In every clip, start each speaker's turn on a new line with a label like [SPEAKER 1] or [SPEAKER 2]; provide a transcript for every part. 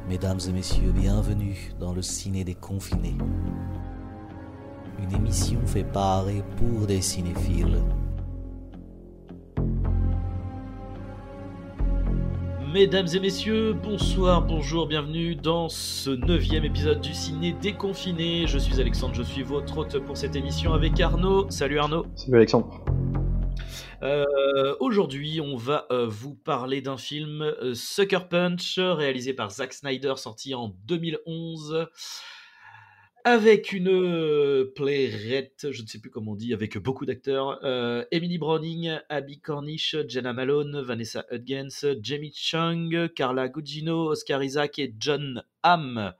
[SPEAKER 1] Mesdames et messieurs, bienvenue dans le Ciné des Confinés. Une émission fait par et pour des cinéphiles.
[SPEAKER 2] Mesdames et messieurs, bonsoir, bonjour, bienvenue dans ce 9e épisode du Ciné Déconfiné. Je suis Alexandre, je suis votre hôte pour cette émission avec Arnaud. Salut Arnaud.
[SPEAKER 3] Salut Alexandre.
[SPEAKER 2] Aujourd'hui, on va vous parler d'un film Sucker Punch, réalisé par Zack Snyder, sorti en 2011. Avec une playrette, je ne sais plus comment on dit, avec beaucoup d'acteurs. Emily Browning, Abby Cornish, Jenna Malone, Vanessa Hudgens, Jamie Chung, Carla Gugino, Oscar Isaac et John Hamm.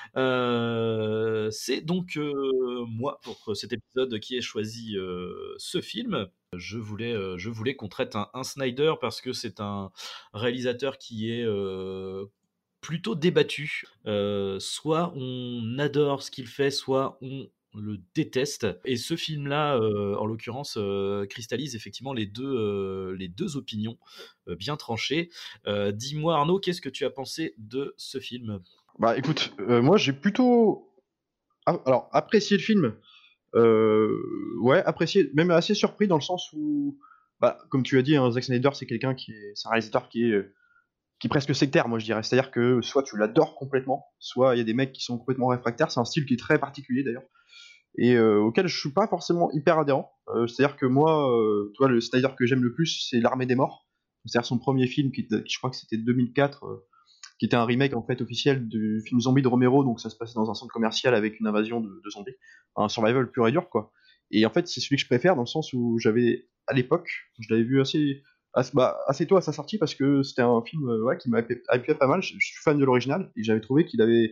[SPEAKER 2] C'est donc moi, pour cet épisode, qui ai choisi ce film. Je voulais qu'on traite un Snyder parce que c'est un réalisateur qui est plutôt débattu. Soit on adore ce qu'il fait, soit on le déteste. Et ce film-là, en l'occurrence, cristallise effectivement les deux opinions bien tranchées. Dis-moi Arnaud, qu'est-ce que tu as pensé de ce film ?
[SPEAKER 3] Bah écoute, moi j'ai plutôt apprécié le film. Ouais, apprécié, même assez surpris dans le sens où, bah, comme tu as dit, Zack Snyder c'est c'est un réalisateur qui est presque sectaire, moi je dirais. C'est-à-dire que soit tu l'adores complètement, soit il y a des mecs qui sont complètement réfractaires. C'est un style qui est très particulier d'ailleurs, et auquel je suis pas forcément hyper adhérent. C'est-à-dire que moi, tu vois, le Snyder que j'aime le plus, c'est L'Armée des Morts. C'est-à-dire son premier film, je crois que c'était 2004, qui était un remake en fait officiel du film Zombie de Romero. Donc ça se passait dans un centre commercial avec une invasion de zombies, un survival pur et dur quoi. Et en fait, c'est celui que je préfère dans le sens où à l'époque, je l'avais vu assez tôt à sa sortie parce que c'était un film qui m'avait hypé pas mal. Je suis fan de l'original et j'avais trouvé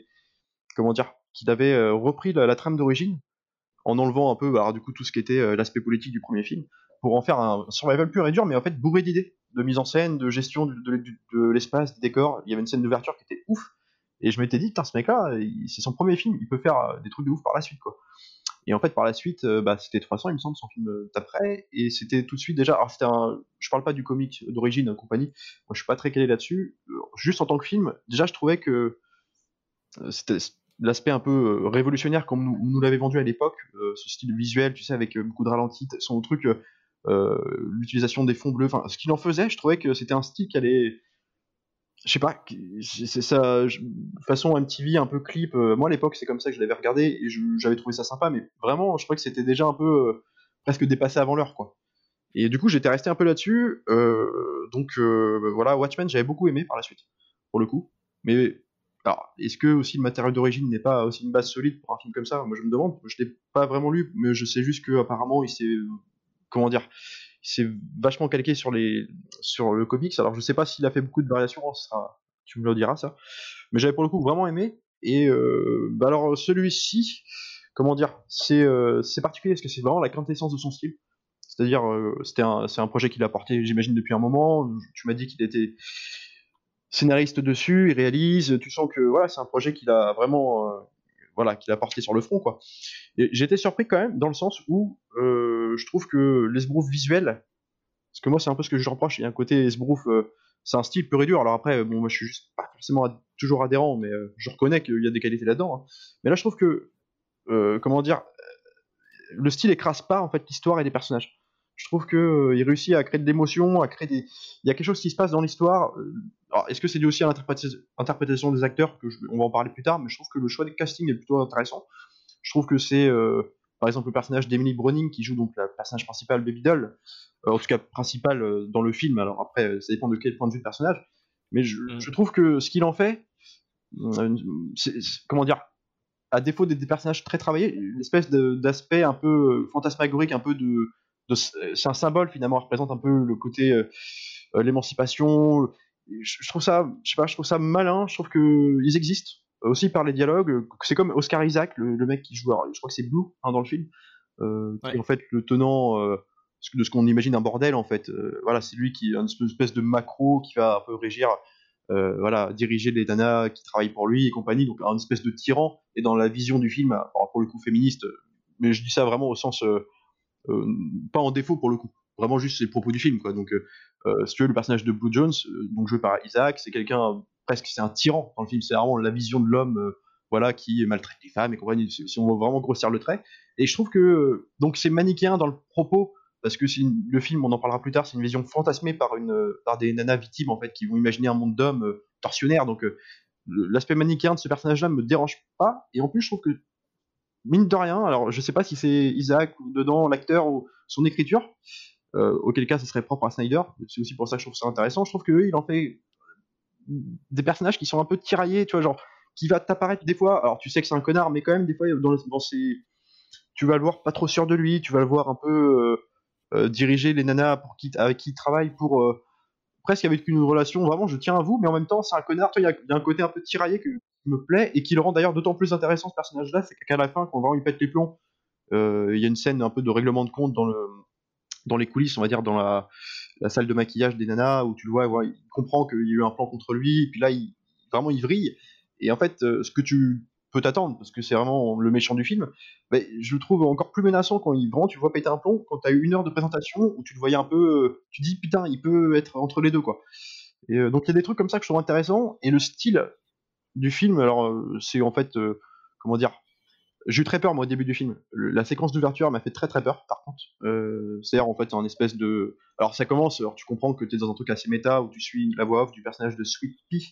[SPEAKER 3] qu'il avait repris la trame d'origine en enlevant un peu du coup tout ce qui était l'aspect politique du premier film pour en faire un survival pur et dur, mais en fait bourré d'idées, de mise en scène, de gestion de l'espace, des décors. Il y avait une scène d'ouverture qui était ouf et je m'étais dit putain, ce mec là c'est son premier film, il peut faire des trucs de ouf par la suite quoi. Et en fait, par la suite, c'était 300, il me semble, son film d'après, et c'était tout de suite déjà. Alors, je parle pas du comic d'origine, compagnie, moi je suis pas très calé là-dessus. Juste en tant que film, déjà je trouvais que c'était l'aspect un peu révolutionnaire comme nous l'avait vendu à l'époque, ce style visuel, tu sais, avec beaucoup de ralentis, son truc, l'utilisation des fonds bleus, enfin, ce qu'il en faisait, je trouvais que c'était un style qui allait. Je sais pas, c'est ça, façon MTV, un peu clip. Moi, à l'époque, c'est comme ça que je l'avais regardé et j'avais trouvé ça sympa, mais vraiment, je trouvais que c'était déjà un peu presque dépassé avant l'heure, quoi. Et du coup, j'étais resté un peu là-dessus. Voilà, Watchmen, j'avais beaucoup aimé par la suite, pour le coup. Mais alors, est-ce que aussi le matériau d'origine n'est pas aussi une base solide pour un film comme ça ? Moi, je me demande. Je l'ai pas vraiment lu, mais je sais juste que apparemment, comment dire, il s'est vachement calqué sur le comics. Alors, je sais pas s'il a fait beaucoup de variations. Tu me le diras ça. Mais j'avais pour le coup vraiment aimé. Et alors celui-ci, comment dire, c'est particulier parce que c'est vraiment la quintessence de son style. C'est-à-dire, c'est un projet qu'il a porté, j'imagine, depuis un moment. Tu m'as dit qu'il était scénariste dessus, il réalise. Tu sens que voilà, c'est un projet qu'il a vraiment, qu'il a porté sur le front, quoi. Et j'étais surpris quand même dans le sens où je trouve que l'esbrouf visuel, parce que moi c'est un peu ce que je reproche. Il y a un côté esbrouf, c'est un style pur et dur. Alors après, bon, moi je suis juste pas forcément toujours adhérent, mais je reconnais qu'il y a des qualités là-dedans. Hein. Mais là, je trouve que, comment dire, le style écrase pas en fait l'histoire et les personnages. Je trouve que il réussit à créer de l'émotion, il y a quelque chose qui se passe dans l'histoire. Alors, est-ce que c'est dû aussi à l'interprétation des acteurs on va en parler plus tard, mais je trouve que le choix de casting est plutôt intéressant. Je trouve que c'est par exemple le personnage d'Emily Browning qui joue donc la personnage principal Baby Doll, en tout cas principal dans le film. Alors après, ça dépend de quel point de vue de personnage, mais je trouve que ce qu'il en fait, comment dire, à défaut des personnages très travaillés, une espèce d'aspect un peu fantasmagorique, un peu c'est un symbole finalement, représente un peu le côté l'émancipation. Je trouve ça, je sais pas, je trouve ça malin. Je trouve que ils existent aussi par les dialogues. C'est comme Oscar Isaac, le mec qui joue, alors, je crois que c'est Blue dans le film, qui est en fait le tenant de ce qu'on imagine un bordel en fait. Voilà, c'est lui qui est une espèce de macro qui va un peu régir, diriger les nanas qui travaillent pour lui et compagnie, donc un espèce de tyran. Et dans la vision du film, alors pour le coup féministe, mais je dis ça vraiment au sens pas en défaut pour le coup, vraiment juste c'est le propos du film quoi. Donc si tu veux, le personnage de Blue Jones, donc joué par Isaac, c'est quelqu'un presque c'est un tyran dans le film. C'est vraiment la vision de l'homme, voilà, qui maltraite les femmes et compagnie. Si on veut vraiment grossir le trait. Et je trouve que donc c'est manichéen dans le propos parce que le film, on en parlera plus tard, c'est une vision fantasmée par des nanas victimes en fait qui vont imaginer un monde d'hommes tortionnaires. Donc l'aspect manichéen de ce personnage-là me dérange pas. Et en plus, je trouve que mine de rien, alors je sais pas si c'est Isaac ou dedans l'acteur ou son écriture, auquel cas ce serait propre à Snyder. C'est aussi pour ça que je trouve ça intéressant. Je trouve que il en fait des personnages qui sont un peu tiraillés, tu vois, genre qui va t'apparaître des fois. Alors tu sais que c'est un connard, mais quand même des fois dans ses, tu vas le voir pas trop sûr de lui, tu vas le voir un peu diriger les nanas avec qui il travaille pour presque avec une relation vraiment je tiens à vous, mais en même temps c'est un connard. Il y a un côté un peu tiraillé qui me plaît et qui le rend d'ailleurs d'autant plus intéressant ce personnage-là, c'est qu'à la fin quand vraiment il pète les plombs, il y a une scène un peu de règlement de compte dans les coulisses, on va dire dans la salle de maquillage des nanas où tu le vois, il comprend qu'il y a eu un plan contre lui, et puis là vraiment il vrille. Et en fait, ce que tu peux t'attendre, parce que c'est vraiment le méchant du film, je le trouve encore plus menaçant quand vraiment tu le vois péter un plomb, quand tu as eu 1 heure de présentation où tu le voyais un peu, tu dis putain, il peut être entre les deux quoi. Et donc il y a des trucs comme ça que je trouve intéressants, et le style du film, alors c'est en fait, comment dire, j'ai eu très peur, moi, au début du film. La séquence d'ouverture m'a fait très très peur, par contre. C'est-à-dire, en fait, un espèce de... Alors, ça commence, alors tu comprends que t'es dans un truc assez méta, où tu suis la voix off du personnage de Sweet Pea,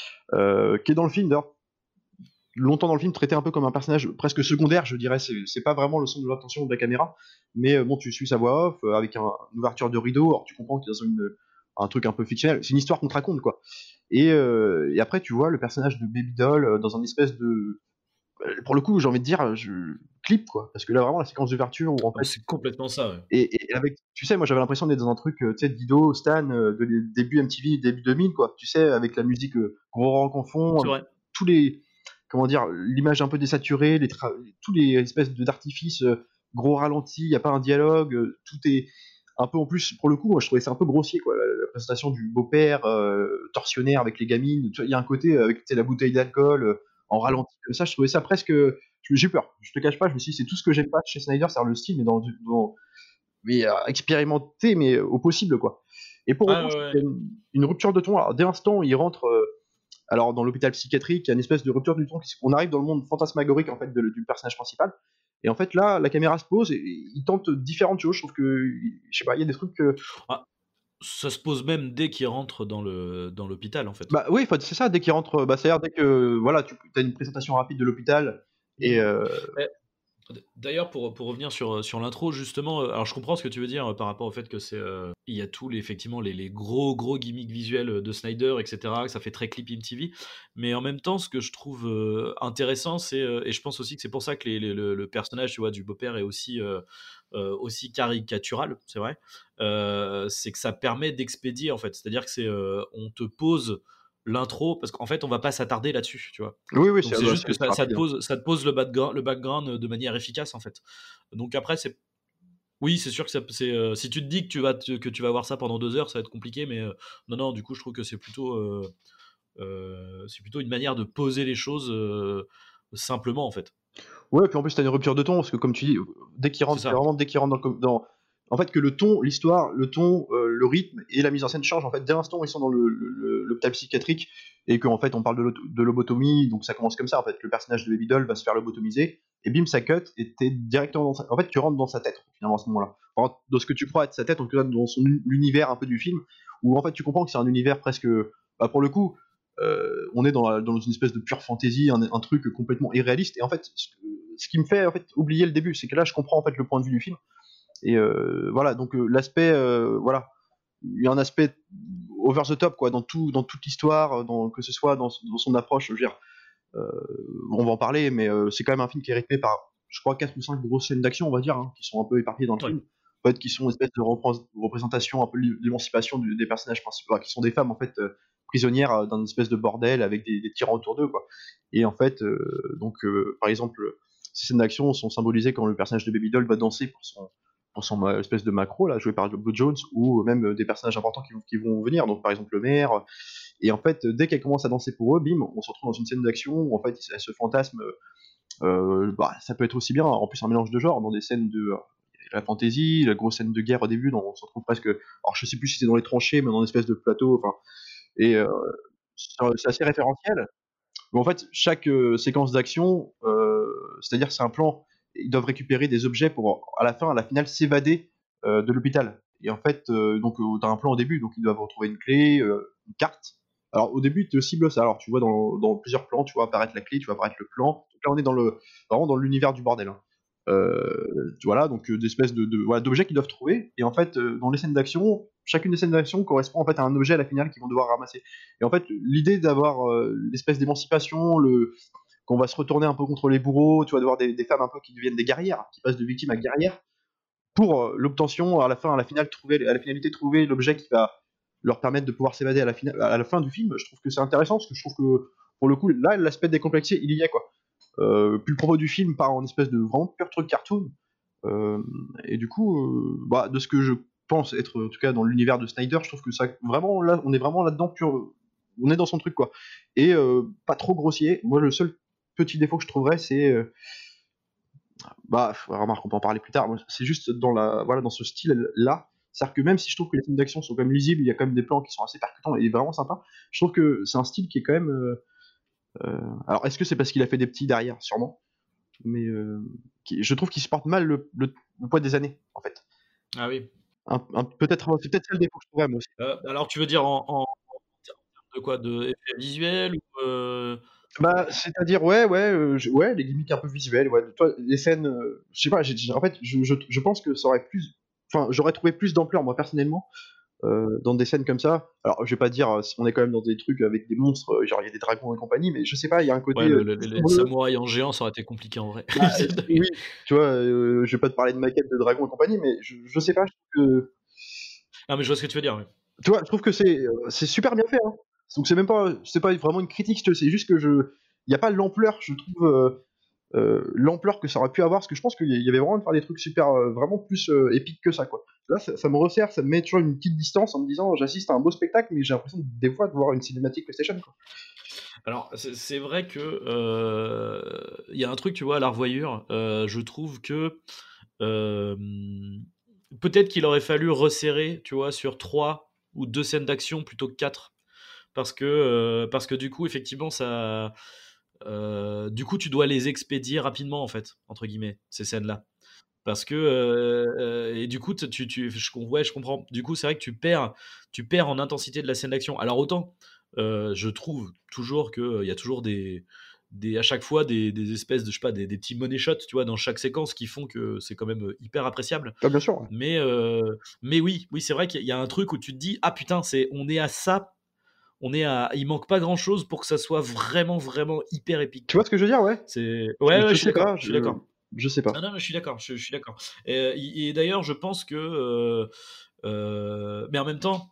[SPEAKER 3] qui est dans le film, d'ailleurs, longtemps dans le film, traité un peu comme un personnage presque secondaire, je dirais. C'est pas vraiment le centre de l'attention de la caméra, mais bon, tu suis sa voix off, avec une ouverture de rideau, alors tu comprends que t'es dans un truc un peu fictionnel. C'est une histoire qu'on te raconte, quoi. Et après, tu vois le personnage de Baby Doll dans un espèce de... Pour le coup, j'ai envie de dire, je clip quoi, parce que là vraiment la séquence d'ouverture où en
[SPEAKER 2] Ah,
[SPEAKER 3] fait
[SPEAKER 2] c'est complètement ça, ouais.
[SPEAKER 3] et avec, tu sais, moi j'avais l'impression d'être dans un truc, tu sais, de Dido, Stan, début MTV, début 2000 quoi, tu sais, avec la musique gros rock en fond,
[SPEAKER 2] C'est vrai.
[SPEAKER 3] tous les, comment dire, l'image un peu désaturée, tous les espèces d'artifices, gros ralenti, il y a pas un dialogue, tout est un peu en plus pour le coup, moi je trouvais ça un peu grossier quoi, la présentation du beau-père tortionnaire avec les gamines, tu vois, il y a un côté avec tu sais, la bouteille d'alcool en ralenti comme ça, je trouvais ça presque, j'ai eu peur. Je te cache pas, je me suis dit c'est tout ce que j'aime pas chez Snyder, c'est le style, mais mais expérimenté, mais au possible quoi. Et pour
[SPEAKER 2] Ah
[SPEAKER 3] autant,
[SPEAKER 2] ouais,
[SPEAKER 3] il y a
[SPEAKER 2] ouais.
[SPEAKER 3] une rupture de ton. Alors dès l'instant, il rentre. Alors dans l'hôpital psychiatrique, il y a une espèce de rupture du ton. On arrive dans le monde fantasmagorique en fait du personnage principal. Et en fait là, la caméra se pose et il tente différentes choses. Je trouve que, je sais pas, il y a des trucs.
[SPEAKER 2] Ah, ça se pose même dès qu'il rentre dans l'hôpital, en fait.
[SPEAKER 3] Bah oui, c'est ça. Dès qu'il rentre, c'est-à-dire dès que voilà, tu as une présentation rapide de l'hôpital et
[SPEAKER 2] Mmh. Eh, d'ailleurs, pour revenir sur l'intro, justement, alors je comprends ce que tu veux dire par rapport au fait que il y a effectivement les gros gimmicks visuels de Snyder, etc., que ça fait très clip MTV. Mais en même temps, ce que je trouve intéressant, et je pense aussi que c'est pour ça que le personnage, tu vois, du beau-père est aussi caricatural, c'est vrai, c'est que ça permet d'expédier, en fait. C'est-à-dire que on te pose l'intro, parce qu'en fait, on va pas s'attarder là-dessus, tu vois.
[SPEAKER 3] oui,
[SPEAKER 2] Donc c'est juste que
[SPEAKER 3] c'est
[SPEAKER 2] ça te
[SPEAKER 3] rapide.
[SPEAKER 2] pose le background de manière efficace en fait. Donc après oui, c'est sûr que si tu te dis que tu vas voir ça pendant 2 heures, ça va être compliqué, mais non, du coup je trouve que c'est plutôt une manière de poser les choses simplement en fait.
[SPEAKER 3] Ouais, puis en plus, t'as une rupture de ton, parce que comme tu dis, dès qu'il
[SPEAKER 2] C'est
[SPEAKER 3] rentre, c'est
[SPEAKER 2] ça.
[SPEAKER 3] vraiment dès qu'il rentre en fait, que le ton, l'histoire, le ton, le rythme et la mise en scène changent, en fait, dès l'instant où ils sont dans l'hôpital psychiatrique, et qu'en fait, on parle de lobotomie, donc ça commence comme ça, en fait, le personnage de Baby Doll va se faire lobotomiser, et bim, ça cut, et t'es directement en fait, tu rentres dans sa tête, finalement, à ce moment-là. Enfin, dans ce que tu crois être sa tête, en tout cas, dans l'univers un peu du film, où en fait, tu comprends que c'est un univers presque, pour le coup, on est dans une espèce de pure fantaisie, un truc complètement irréaliste. Et en fait, ce qui me fait en fait oublier le début, c'est que là, je comprends en fait le point de vue du film. Et voilà, donc l'aspect, voilà, il y a un aspect over the top quoi, dans toute l'histoire, que ce soit dans son approche. Je veux dire, on va en parler, mais c'est quand même un film qui est rythmé par, je crois, 4 ou 5 grosses scènes d'action, on va dire, hein, qui sont un peu éparpillées dans le
[SPEAKER 2] Ouais.
[SPEAKER 3] film. En fait, qui sont une espèce de représentation un peu l'émancipation des personnages principaux, qui sont des femmes en fait prisonnières dans une espèce de bordel avec des tyrans autour d'eux quoi. Et en fait, par exemple, ces scènes d'action sont symbolisées quand le personnage de Baby Doll va danser pour son espèce de macro là, joué par Blue Jones, ou même des personnages importants qui vont venir, donc par exemple le maire. Et en fait, dès qu'elle commence à danser pour eux, bim, on se retrouve dans une scène d'action où en fait elle se fantasme. Ça peut être aussi bien, en plus un mélange de genres, dans des scènes de la fantasy, la grosse scène de guerre au début, on se retrouve presque, alors je sais plus si c'est dans les tranchées, mais dans une espèce de plateau, enfin, et c'est assez référentiel. Mais en fait, chaque séquence d'action, c'est-à-dire que c'est un plan, ils doivent récupérer des objets pour, à la finale, s'évader de l'hôpital. Et en fait, donc, t'as un plan au début, donc ils doivent retrouver une clé, une carte. Alors au début, ils te ciblent ça. Alors tu vois dans plusieurs plans, tu vois apparaître la clé, tu vois apparaître le plan. Donc là, on est vraiment dans l'univers du bordel. Hein. Voilà, donc d'espèces voilà, d'objets qu'ils doivent trouver. Et en fait, dans les scènes d'action, chacune des scènes d'action correspond en fait à un objet à la finale qu'ils vont devoir ramasser. Et en fait, l'idée d'avoir l'espèce d'émancipation, qu'on va se retourner un peu contre les bourreaux, tu vas voir des femmes un peu qui deviennent des guerrières, qui passent de victimes à guerrières, pour l'obtention, à la finalité, trouver l'objet qui va leur permettre de pouvoir s'évader à la fin du film. Je trouve que c'est intéressant, parce que je trouve que, pour le coup, là, l'aspect décomplexé, il y est, quoi. Puis le propos du film part en espèce de vraiment pur truc cartoon. Et du coup, de ce que je pense être, en tout cas, dans l'univers de Snyder, je trouve que ça, vraiment, là, on est vraiment là-dedans, on est dans son truc, quoi. Et pas trop grossier. Moi, le seul petit défaut que je trouverais, c'est... remarque, on peut en parler plus tard. Moi, c'est juste dans ce style-là. C'est-à-dire que même si je trouve que les films d'action sont quand même lisibles, il y a quand même des plans qui sont assez percutants et vraiment sympas, je trouve que c'est un style qui est quand même... alors, est-ce que c'est parce qu'il a fait des petits derrière? Sûrement. Mais je trouve qu'il supporte mal le poids des années, en fait.
[SPEAKER 2] Ah oui.
[SPEAKER 3] C'est peut-être ça le défaut que je trouverais, moi aussi.
[SPEAKER 2] Alors tu veux dire en termes de quoi? De effets visuels ou
[SPEAKER 3] C'est-à-dire, ouais, les gimmicks un peu visuels, ouais. Toi, les scènes, je sais pas, en fait, je pense que ça aurait plus. Enfin, j'aurais trouvé plus d'ampleur, moi, personnellement, dans des scènes comme ça. Alors, je vais pas dire, on est quand même dans des trucs avec des monstres, genre il y a des dragons et compagnie, mais je sais pas, il y a un côté.
[SPEAKER 2] Ouais, les samouraïs en géant, ça aurait été compliqué en vrai.
[SPEAKER 3] Oui, tu vois, je vais pas te parler de maquettes de dragons et compagnie, mais je sais pas, je trouve que.
[SPEAKER 2] Ah, mais je vois ce que tu veux dire, oui.
[SPEAKER 3] Tu vois, je trouve que c'est super bien fait. Hein. Donc c'est pas vraiment une critique, c'est juste que il y a pas l'ampleur, je trouve, l'ampleur que ça aurait pu avoir, parce que je pense qu'il y avait vraiment de faire des trucs super, vraiment plus épiques que ça, quoi. Là, ça me resserre, ça me met toujours une petite distance en me disant, j'assiste à un beau spectacle, mais j'ai l'impression des fois de voir une cinématique PlayStation, quoi.
[SPEAKER 2] Alors, c'est vrai que il y a un truc, tu vois, à la revoyure, je trouve que peut-être qu'il aurait fallu resserrer, tu vois, sur 3 ou 2 scènes d'action plutôt que 4. Parce que du coup, effectivement, du coup, tu dois les expédier rapidement, en fait, entre guillemets, ces scènes-là. Parce que et du coup, je comprends. Du coup, c'est vrai que tu perds en intensité de la scène d'action. Alors autant, je trouve toujours qu'il y a toujours à chaque fois des espèces de, je sais pas, des petits money shots, tu vois, dans chaque séquence qui font que c'est quand même hyper appréciable.
[SPEAKER 3] Ah, bien sûr. Ouais.
[SPEAKER 2] Mais oui, c'est vrai qu'il y a un truc où tu te dis, ah putain, on est à ça, il manque pas grand chose pour que ça soit vraiment, vraiment hyper épique.
[SPEAKER 3] Tu vois ce que je veux dire, ouais.
[SPEAKER 2] Ouais, je suis
[SPEAKER 3] sais
[SPEAKER 2] d'accord.
[SPEAKER 3] pas,
[SPEAKER 2] Je suis d'accord.
[SPEAKER 3] Je sais pas.
[SPEAKER 2] Non, mais je suis d'accord. Je suis d'accord. Et d'ailleurs, je pense que, mais en même temps,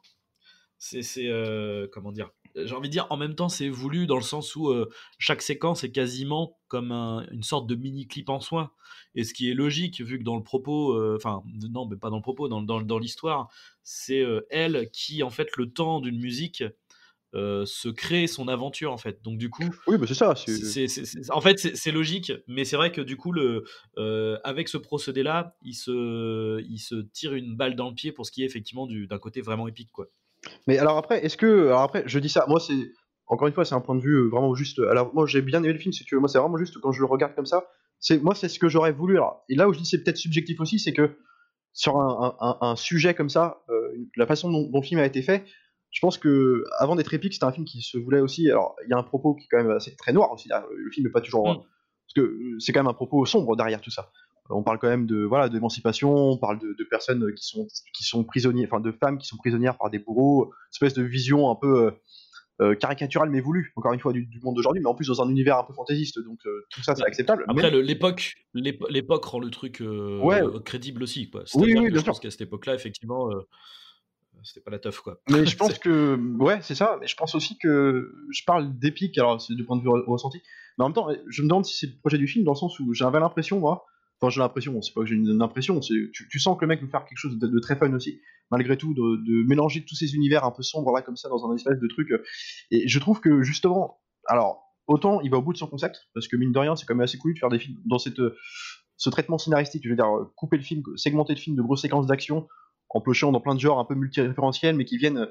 [SPEAKER 2] comment dire. J'ai envie de dire, en même temps, c'est voulu dans le sens où chaque séquence est quasiment comme une sorte de mini clip en soi. Et ce qui est logique, vu que dans le propos, enfin, non, mais pas dans le propos, dans l'histoire, c'est elle qui, en fait, le temps d'une musique, se crée son aventure en fait. Donc du coup,
[SPEAKER 3] oui, c'est ça.
[SPEAKER 2] En fait, c'est logique, mais c'est vrai que du coup, avec ce procédé-là, il se tire une balle dans le pied pour ce qui est effectivement d'un côté vraiment épique, quoi.
[SPEAKER 3] Mais alors après, je dis ça, moi c'est, encore une fois, c'est un point de vue vraiment juste. Alors moi j'ai bien aimé le film, si tu veux, moi c'est vraiment juste quand je le regarde comme ça, c'est ce que j'aurais voulu. Alors, et là où je dis c'est peut-être subjectif aussi, c'est que sur un sujet comme ça, la façon dont le film a été fait, je pense que avant d'être épique, c'était un film qui se voulait aussi. Alors il y a un propos qui est quand même assez très noir aussi. Là. Le film n'est pas toujours, parce que c'est quand même un propos sombre derrière tout ça. On parle quand même d'émancipation, on parle de personnes qui sont prisonniers, enfin de femmes qui sont prisonnières par des bourreaux, une espèce de vision un peu caricaturale mais voulue, encore une fois, du monde d'aujourd'hui, mais en plus dans un univers un peu fantaisiste, donc tout ça c'est acceptable.
[SPEAKER 2] Après, l'époque rend le truc crédible aussi, quoi. C'est-à-dire que je pense qu'à cette époque-là, effectivement, c'était pas la teuf, quoi.
[SPEAKER 3] Mais je pense que, ouais, c'est ça, mais je pense aussi que je parle d'épique, alors c'est du point de vue ressenti, mais en même temps, je me demande si c'est le projet du film, dans le sens où j'avais l'impression, moi, enfin j'ai l'impression, c'est pas que j'ai une impression, tu sens que le mec veut faire quelque chose de très fun aussi, malgré tout, de mélanger tous ces univers un peu sombres là comme ça dans un espèce de truc, et je trouve que justement, alors autant il va au bout de son concept, parce que mine de rien c'est quand même assez cool de faire des films dans ce traitement scénaristique, je veux dire couper le film, segmenter le film de grosses séquences d'action, en piochant dans plein de genres un peu multiréférentiels, mais qui viennent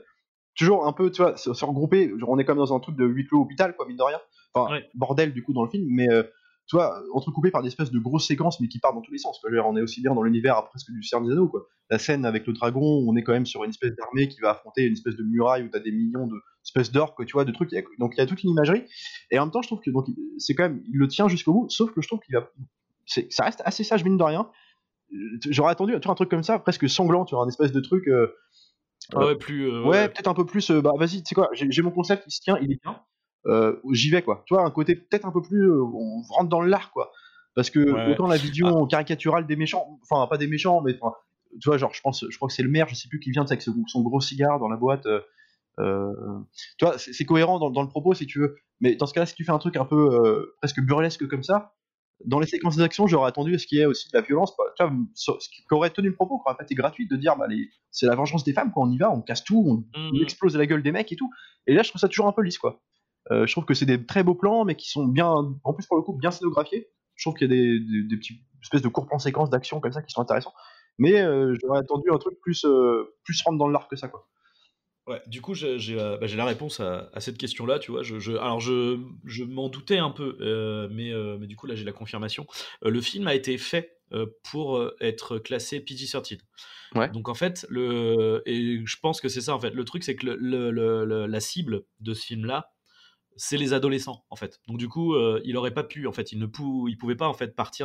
[SPEAKER 3] toujours un peu, tu vois, se regrouper. Genre, on est comme dans un truc de huis clos hôpital, quoi, mine de rien. Enfin,
[SPEAKER 2] Ouais.
[SPEAKER 3] bordel du coup dans le film, mais tu vois, entrecoupé par des espèces de grosses séquences, mais qui partent dans tous les sens. Quoi. Je veux dire, on est aussi bien dans l'univers presque du Seigneur des Anneaux, quoi. La scène avec le dragon, on est quand même sur une espèce d'armée qui va affronter une espèce de muraille où t'as des millions de espèces d'orques, tu vois, de trucs. Donc il y a toute une imagerie. Et en même temps, je trouve que donc c'est quand même, il le tient jusqu'au bout. Sauf que je trouve ça reste assez sage mine de rien. J'aurais attendu, tu vois, un truc comme ça, presque sanglant, tu vois, un espèce de truc.
[SPEAKER 2] Ah ouais, plus.
[SPEAKER 3] Ouais, peut-être un peu plus. Bah, vas-y, tu sais quoi, j'ai mon concept, il se tient, il est bien. J'y vais, quoi. Tu vois, un côté peut-être un peu plus. On rentre dans l'art, quoi. Parce que
[SPEAKER 2] Ouais.
[SPEAKER 3] autant la
[SPEAKER 2] Ah,
[SPEAKER 3] vision caricaturale des méchants, enfin, pas des méchants, mais enfin, tu vois, genre, je crois que c'est le maire, je sais plus qui vient, tu sais, avec son gros cigare dans la boîte. Euh, tu vois, c'est cohérent dans le propos, si tu veux. Mais dans ce cas-là, si tu fais un truc un peu presque burlesque comme ça, dans les séquences d'action, j'aurais attendu à ce qu'il y ait aussi de la violence, quoi. Tu vois, ce qui aurait tenu le propos, qui aurait pas été gratuit, de dire, bah, c'est la vengeance des femmes, quoi. On y va, on casse tout, on explose la gueule des mecs et tout. Et là, je trouve ça toujours un peu lisse, quoi. Je trouve que c'est des très beaux plans, mais qui sont bien, en plus pour le coup, bien scénographiés. Je trouve qu'il y a des petits espèces de courts plans séquences d'action comme ça qui sont intéressants. Mais j'aurais attendu un truc plus rentre dans l'art que ça, quoi.
[SPEAKER 2] Ouais, du coup, j'ai la réponse à cette question-là, tu vois. Alors, je m'en doutais un peu, mais du coup, là, j'ai la confirmation. Le film a été fait pour être classé PG-13.
[SPEAKER 3] Ouais.
[SPEAKER 2] Donc, en fait, et je pense que c'est ça, en fait. Le truc, c'est que la cible de ce film-là, c'est les adolescents, en fait. Donc, du coup, il aurait pas pu, en fait, il pouvait pas, en fait, partir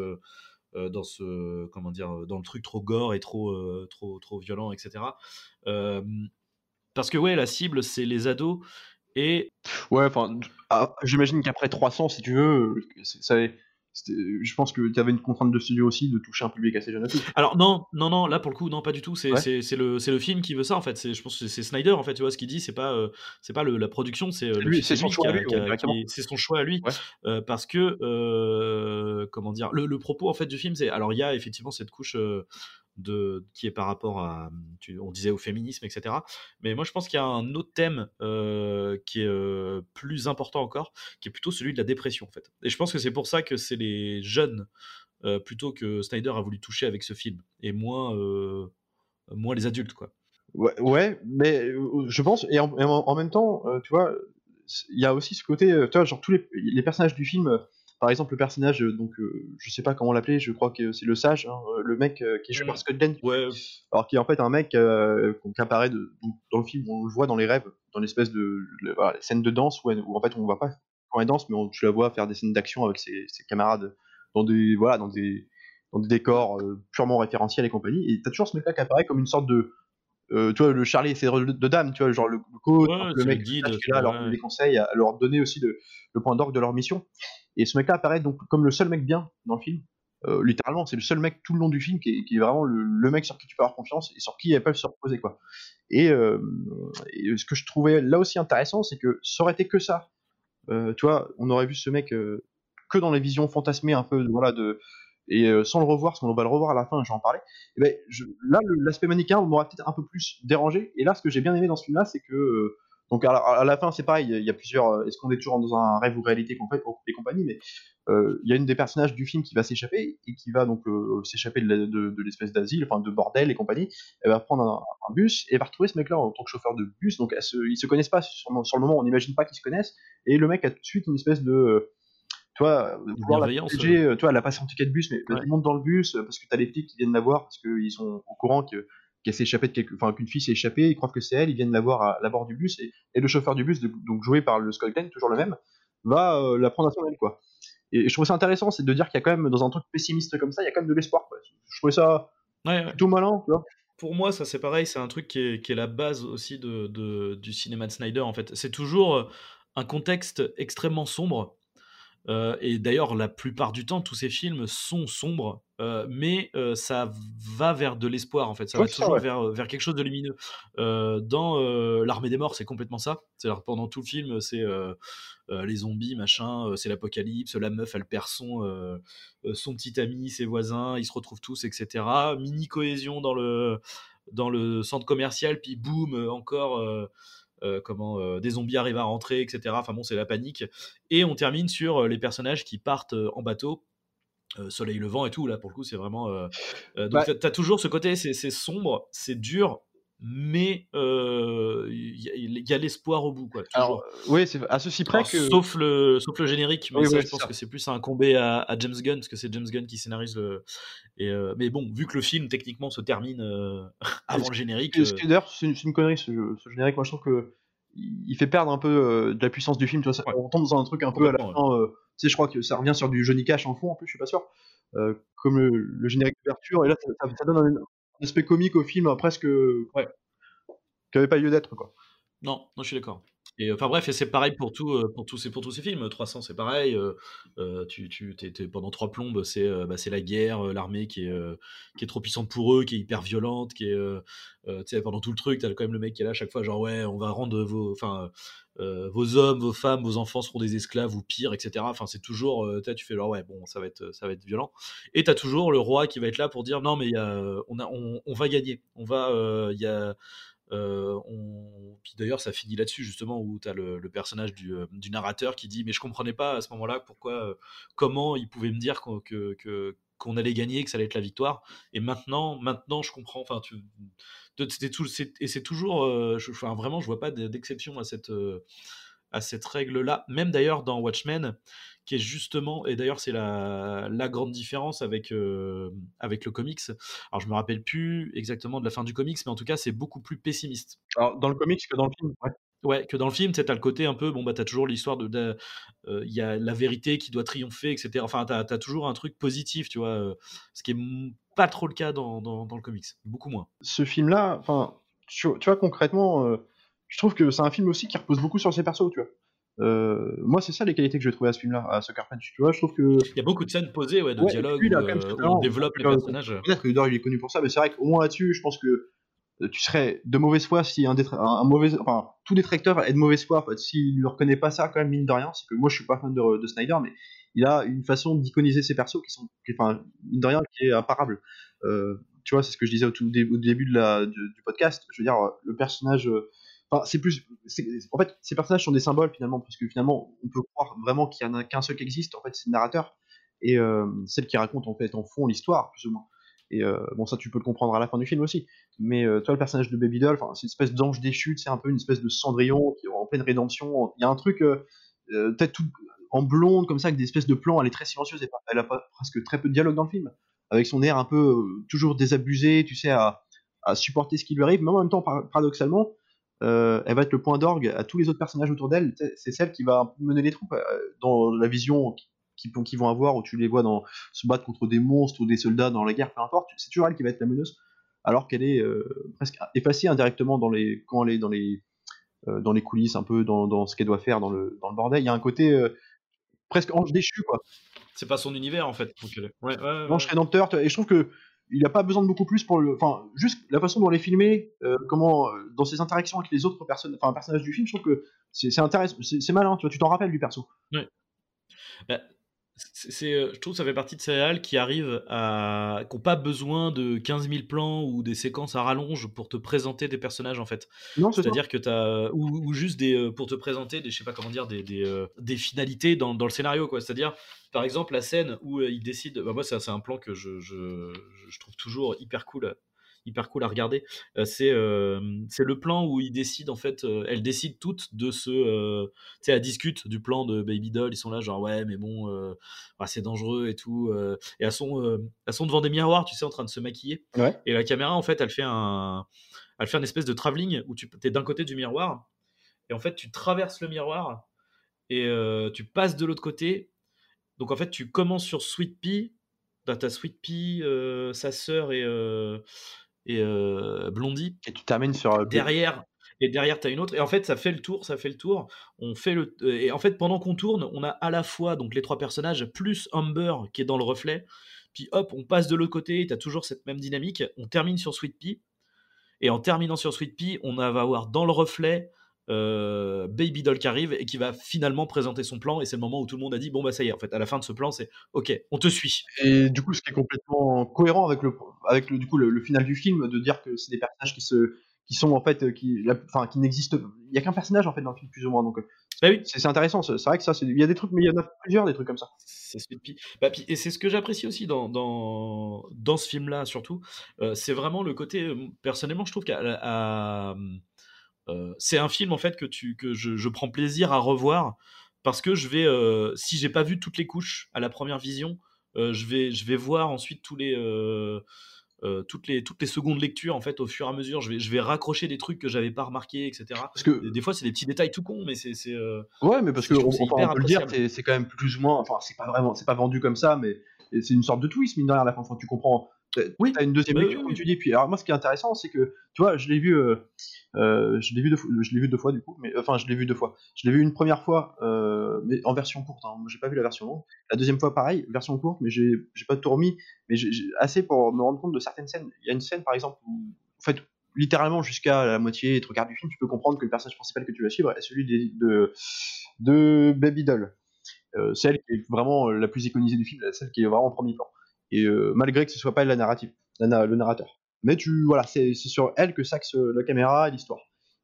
[SPEAKER 2] comment dire, dans le truc trop gore et trop violent, etc. Euh, Parce que ouais, la cible, c'est les ados et
[SPEAKER 3] Ouais, enfin, j'imagine qu'après 300, si tu veux, je pense que tu avais une contrainte de studio aussi de toucher un public assez jeune aussi.
[SPEAKER 2] alors non, là pour le coup, non, pas du tout. C'est
[SPEAKER 3] Ouais.
[SPEAKER 2] le film qui veut ça en fait. Je pense que c'est Snyder en fait. Tu vois ce qu'il dit, c'est pas la production, c'est
[SPEAKER 3] C'est son
[SPEAKER 2] lui
[SPEAKER 3] choix à lui, ouais, directement.
[SPEAKER 2] c'est son choix à lui.
[SPEAKER 3] Ouais.
[SPEAKER 2] Parce que comment dire, le propos en fait du film, c'est alors il y a effectivement cette couche qui est par rapport à, on disait au féminisme, etc. Mais moi je pense qu'il y a un autre thème qui est plus important encore, qui est plutôt celui de la dépression en fait. Et je pense que c'est pour ça que c'est les jeunes plutôt que Snyder a voulu toucher avec ce film, et moins les adultes, quoi.
[SPEAKER 3] Ouais, mais je pense, et en même temps, tu vois, il y a aussi ce côté, tu vois, genre tous les personnages du film, par exemple le personnage, donc je sais pas comment l'appeler, je crois que c'est le sage, hein, le mec qui est joué par Scott Glenn,
[SPEAKER 2] Ouais,
[SPEAKER 3] alors qui est en fait un mec qui apparaît donc, dans le film, on le voit dans les rêves, dans l'espèce voilà, les scènes de danse où en fait on voit pas quand elle danse, mais tu la vois faire des scènes d'action avec ses camarades voilà, dans des décors purement référentiels et compagnie, et t'as toujours ce mec là qui apparaît comme une sorte de tu vois, le Charlie et ses drôles de dames, tu vois, genre le coach,
[SPEAKER 2] ouais,
[SPEAKER 3] le
[SPEAKER 2] c'est le
[SPEAKER 3] mec
[SPEAKER 2] guide,
[SPEAKER 3] qui est là à leur donner
[SPEAKER 2] ouais.
[SPEAKER 3] des conseils, à leur donner aussi le point d'orgue de leur mission. Et ce mec-là apparaît donc comme le seul mec bien dans le film. Littéralement, c'est le seul mec tout le long du film qui est vraiment le mec sur qui tu peux avoir confiance et sur qui elles peuvent se reposer, quoi. Et, ce que je trouvais là aussi intéressant, c'est que ça aurait été que ça. Tu vois, on aurait vu ce mec que dans les visions fantasmées un peu, voilà, et sans le revoir, parce qu'on va le revoir à la fin, j'en parlais. Et ben, là, l'aspect manichéen m'aurait peut-être un peu plus dérangé. Et là, ce que j'ai bien aimé dans ce film-là, c'est que donc à la fin, c'est pareil, il y a plusieurs. Est-ce qu'on est toujours dans un rêve ou réalité et compagnie, mais il y a une des personnages du film qui va s'échapper et qui va donc s'échapper de l'espèce d'asile, enfin de bordel et compagnie. Elle va prendre un bus et va retrouver ce mec-là en tant que chauffeur de bus. Donc ils se connaissent pas sur le moment, on n'imagine pas qu'ils se connaissent. Et le mec a tout de suite une espèce de tu vois, vouloir la
[SPEAKER 2] Bienveillance.
[SPEAKER 3] protéger, tu vois, elle a pas son ticket de bus, mais vas-y,
[SPEAKER 2] Ouais.
[SPEAKER 3] monte dans le bus, parce que t'as les flics qui viennent la voir, parce qu'ils sont au courant qu'elle s'est échappée qu'une fille s'est échappée, ils croient que c'est elle, ils viennent la voir à la bord du bus, et le chauffeur du bus, donc joué par le Scott Glenn, toujours le même, va la prendre à son aile, quoi. Et je trouve ça intéressant, c'est de dire qu'il y a quand même, dans un truc pessimiste comme ça, il y a quand même de l'espoir, quoi. Je trouvais ça
[SPEAKER 2] Ouais.
[SPEAKER 3] plutôt malin, tu vois.
[SPEAKER 2] Pour moi, ça c'est pareil, c'est un truc qui est la base aussi du cinéma de Snyder en fait. C'est toujours un contexte extrêmement sombre. Et d'ailleurs, la plupart du temps, tous ces films sont sombres, mais ça va vers de l'espoir, en fait. Ça
[SPEAKER 3] Ouais,
[SPEAKER 2] va
[SPEAKER 3] c'est ça,
[SPEAKER 2] toujours
[SPEAKER 3] ouais.
[SPEAKER 2] vers quelque chose de lumineux. Dans L'Armée des Morts, c'est complètement ça. C'est-à-dire, pendant tout le film, c'est les zombies, machin, c'est l'apocalypse, la meuf, elle perd son petit ami, ses voisins, ils se retrouvent tous, etc. Mini cohésion dans le centre commercial, puis boum, encore... des zombies arrivent à rentrer, etc. Enfin bon, c'est la panique. Et on termine sur les personnages qui partent en bateau, soleil levant et tout. Là, pour le coup, c'est vraiment. Donc,
[SPEAKER 3] Bah,
[SPEAKER 2] t'as toujours ce côté, c'est sombre, c'est dur, mais il y a l'espoir au bout, quoi,
[SPEAKER 3] Alors,
[SPEAKER 2] toujours.
[SPEAKER 3] oui, c'est à ceci près
[SPEAKER 2] Alors,
[SPEAKER 3] que.
[SPEAKER 2] sauf le générique, mais
[SPEAKER 3] Oui,
[SPEAKER 2] ça,
[SPEAKER 3] oui,
[SPEAKER 2] je
[SPEAKER 3] c'est
[SPEAKER 2] pense
[SPEAKER 3] ça.
[SPEAKER 2] que c'est plus à incomber à James Gunn, parce que c'est James Gunn qui scénarise mais bon, vu que le film techniquement se termine avant le générique,
[SPEAKER 3] D'ailleurs, c'est une connerie ce générique. Moi, je trouve que il fait perdre un peu de la puissance du film. Tu vois,
[SPEAKER 2] ouais,
[SPEAKER 3] on tombe dans un truc un peu à la
[SPEAKER 2] complètement. Ouais.
[SPEAKER 3] fin. Tu sais, je crois que ça revient sur du Johnny Cash en fond, en plus, je suis pas sûr. Comme le générique d'ouverture, et là, ça donne un aspect comique au film, presque
[SPEAKER 2] Ouais.
[SPEAKER 3] qui avait pas lieu d'être, quoi.
[SPEAKER 2] Non, je suis d'accord. Et enfin bref, et c'est pareil pour tous ces films. 300, c'est pareil. T'es pendant 3 plombes, c'est la guerre, l'armée qui est trop puissante pour eux, qui est hyper violente, tu sais, pendant tout le truc, t'as quand même le mec qui est là à chaque fois, genre ouais, on va rendre vos hommes, vos femmes, vos enfants seront des esclaves ou pire, etc. Enfin, c'est toujours, tu fais genre ouais, bon, ça va être violent. Et t'as toujours le roi qui va être là pour dire non, mais on va gagner, il y a puis d'ailleurs, ça finit là-dessus, justement, où tu as le personnage du narrateur qui dit mais je comprenais pas à ce moment-là comment il pouvait me dire qu'on allait gagner, que ça allait être la victoire. Et maintenant je comprends. Enfin, et c'est toujours, enfin, vraiment, je vois pas d'exception à cette règle-là. Même d'ailleurs dans Watchmen, qui est justement, et d'ailleurs c'est la grande différence avec le comics. Alors je me rappelle plus exactement de la fin du comics, mais en tout cas c'est beaucoup plus pessimiste.
[SPEAKER 3] Alors, dans le comics que dans le film, ouais.
[SPEAKER 2] Ouais, que dans le film, tu sais, t'as le côté un peu, bon bah t'as toujours l'histoire il y a la vérité qui doit triompher, etc. Enfin, t'as toujours un truc positif, tu vois, ce qui est pas trop le cas dans le comics, beaucoup moins.
[SPEAKER 3] Ce film-là, enfin, tu vois, concrètement, je trouve que c'est un film aussi qui repose beaucoup sur ses persos, tu vois. Moi, c'est ça les qualités que j'ai trouvées à ce film-là, à Sucker Punch. Tu vois, je trouve que.
[SPEAKER 2] Il y a beaucoup de scènes posées, ouais, de
[SPEAKER 3] Ouais, et puis
[SPEAKER 2] dialogue
[SPEAKER 3] lui, il a quand même ce
[SPEAKER 2] où on
[SPEAKER 3] talent.
[SPEAKER 2] développe les personnages.
[SPEAKER 3] Peut-être que Udor, il est connu pour ça, mais c'est vrai qu'au moins là-dessus, je pense que tu serais de mauvaise foi si un mauvais. Enfin, tout détracteur est de mauvaise foi. En fait, s'il ne reconnaît pas ça, quand même, mine de rien, c'est que moi, je suis pas fan de Snyder, mais il a une façon d'iconiser ses persos enfin, mine de rien, qui est imparable. Tu vois, c'est ce que je disais au début du podcast. Je veux dire, le personnage. Enfin, en fait, ces personnages sont des symboles finalement, parce que finalement, on peut croire vraiment qu'il y en a qu'un seul qui existe. En fait, c'est le narrateur et celle qui raconte en fait en fond l'histoire, plus ou moins. Et bon, ça, tu peux le comprendre à la fin du film aussi. Mais toi, le personnage de Baby Doll, c'est une espèce d'ange déchu, c'est un peu une espèce de Cendrillon qui est en pleine rédemption. Il y a un truc peut-être tout en blonde comme ça, avec des espèces de plans. Elle est très silencieuse et elle a presque très peu de dialogue dans le film, avec son air un peu toujours désabusé, tu sais, à supporter ce qui lui arrive. Mais en même temps, paradoxalement, elle va être le point d'orgue à tous les autres personnages autour d'elle. C'est celle qui va mener les troupes dans la vision qu'ils vont avoir, où tu les vois se battre contre des monstres ou des soldats dans la guerre, peu importe. C'est toujours elle qui va être la meneuse, alors qu'elle est presque effacée indirectement quand elle est dans les coulisses, un peu dans ce qu'elle doit faire dans le bordel. Il y a un côté presque ange déchu, quoi.
[SPEAKER 2] C'est pas son univers en fait. Donc,
[SPEAKER 3] L'ange rédempteur, et je trouve que il n'a pas besoin de beaucoup plus pour enfin, juste la façon dont elle est filmée, dans ses interactions avec les autres personnages du film, je trouve que c'est intéressant, c'est malin, tu vois, tu t'en rappelles du perso.
[SPEAKER 2] Ouais. Bah, je trouve que ça fait partie de ces réals qui arrivent qui n'ont pas besoin de 15 000 plans ou des séquences à rallonge pour te présenter des personnages en fait.
[SPEAKER 3] Non, c'est ça.
[SPEAKER 2] C'est-à-dire que ou juste pour te présenter je sais pas comment dire, des finalités dans le scénario, quoi. C'est-à-dire, par exemple, la scène où ils décident, moi c'est un plan que je trouve toujours hyper cool à regarder. C'est le plan où ils décident, en fait, elles décident toutes de tu sais, elles discutent du plan de Baby Doll. Ils sont là, genre, ouais, mais bon, c'est dangereux et tout. Et elles sont devant des miroirs, tu sais, en train de se maquiller.
[SPEAKER 3] Ouais.
[SPEAKER 2] Et la caméra, en fait, elle fait un espèce de travelling où tu es d'un côté du miroir. Et en fait, tu traverses le miroir et tu passes de l'autre côté. Donc, en fait, tu commences sur Sweet Pea. T'as Sweet Pea, sa sœur et Blondie.
[SPEAKER 3] Et tu termines sur
[SPEAKER 2] Derrière, tu as une autre. Et en fait, ça fait le tour. Et en fait, pendant qu'on tourne, on a à la fois donc les 3 personnages, plus Amber qui est dans le reflet. Puis hop, on passe de l'autre côté, et tu as toujours cette même dynamique. On termine sur Sweet Pea. Et en terminant sur Sweet Pea, on va avoir dans le reflet Baby Doll qui arrive et qui va finalement présenter son plan. Et c'est le moment où tout le monde a dit bon bah ça y est, en fait, à la fin de ce plan, c'est ok, on te suit.
[SPEAKER 3] Et du coup, ce qui est complètement cohérent avec du coup le final du film, de dire que c'est des personnages qui sont en fait qui n'existent. Il y a qu'un personnage en fait dans le film, plus ou moins. Donc
[SPEAKER 2] Bah oui,
[SPEAKER 3] c'est intéressant. C'est vrai que ça, il y a des trucs, mais il y en a plusieurs des trucs comme ça.
[SPEAKER 2] c'est Sweet Pea. Et c'est ce que j'apprécie aussi dans ce film-là, surtout. C'est vraiment le côté. Personnellement, je trouve C'est un film en fait que je prends plaisir à revoir parce que je vais, si j'ai pas vu toutes les couches à la première vision, je vais voir ensuite toutes les secondes lectures en fait au fur et à mesure. Je vais raccrocher des trucs que j'avais pas remarqués, etc.
[SPEAKER 3] Parce que
[SPEAKER 2] Des fois, c'est des petits détails tout cons, mais
[SPEAKER 3] ouais, mais parce que
[SPEAKER 2] je trouve que c'est
[SPEAKER 3] enfin, on
[SPEAKER 2] hyper
[SPEAKER 3] peut le dire,
[SPEAKER 2] appréciable.
[SPEAKER 3] c'est quand même plus ou moins, enfin c'est pas vendu comme ça, mais c'est une sorte de twist mine de rien à la fin. Enfin, tu comprends.
[SPEAKER 2] Oui,
[SPEAKER 3] T'as une deuxième
[SPEAKER 2] oui, oui,
[SPEAKER 3] lecture comme
[SPEAKER 2] oui.
[SPEAKER 3] tu dis. Puis alors moi, ce qui est intéressant, c'est que tu vois, je l'ai vu deux fois du coup, mais enfin je l'ai vu deux fois. Je l'ai vu une première fois, mais en version courte. Hein. Moi, j'ai pas vu la version longue. La deuxième fois, pareil, version courte, mais j'ai pas tout remis, mais j'ai assez pour me rendre compte de certaines scènes. Il y a une scène par exemple où, en fait, littéralement jusqu'à la moitié, tu regardes du film, tu peux comprendre que le personnage principal que tu vas suivre est celui de Baby Doll. Celle qui est vraiment la plus iconisée du film, celle qui est vraiment en premier plan. Et malgré que ce soit pas elle la narrative, le narrateur. Mais voilà, c'est sur elle que s'axe la caméra et l'histoire.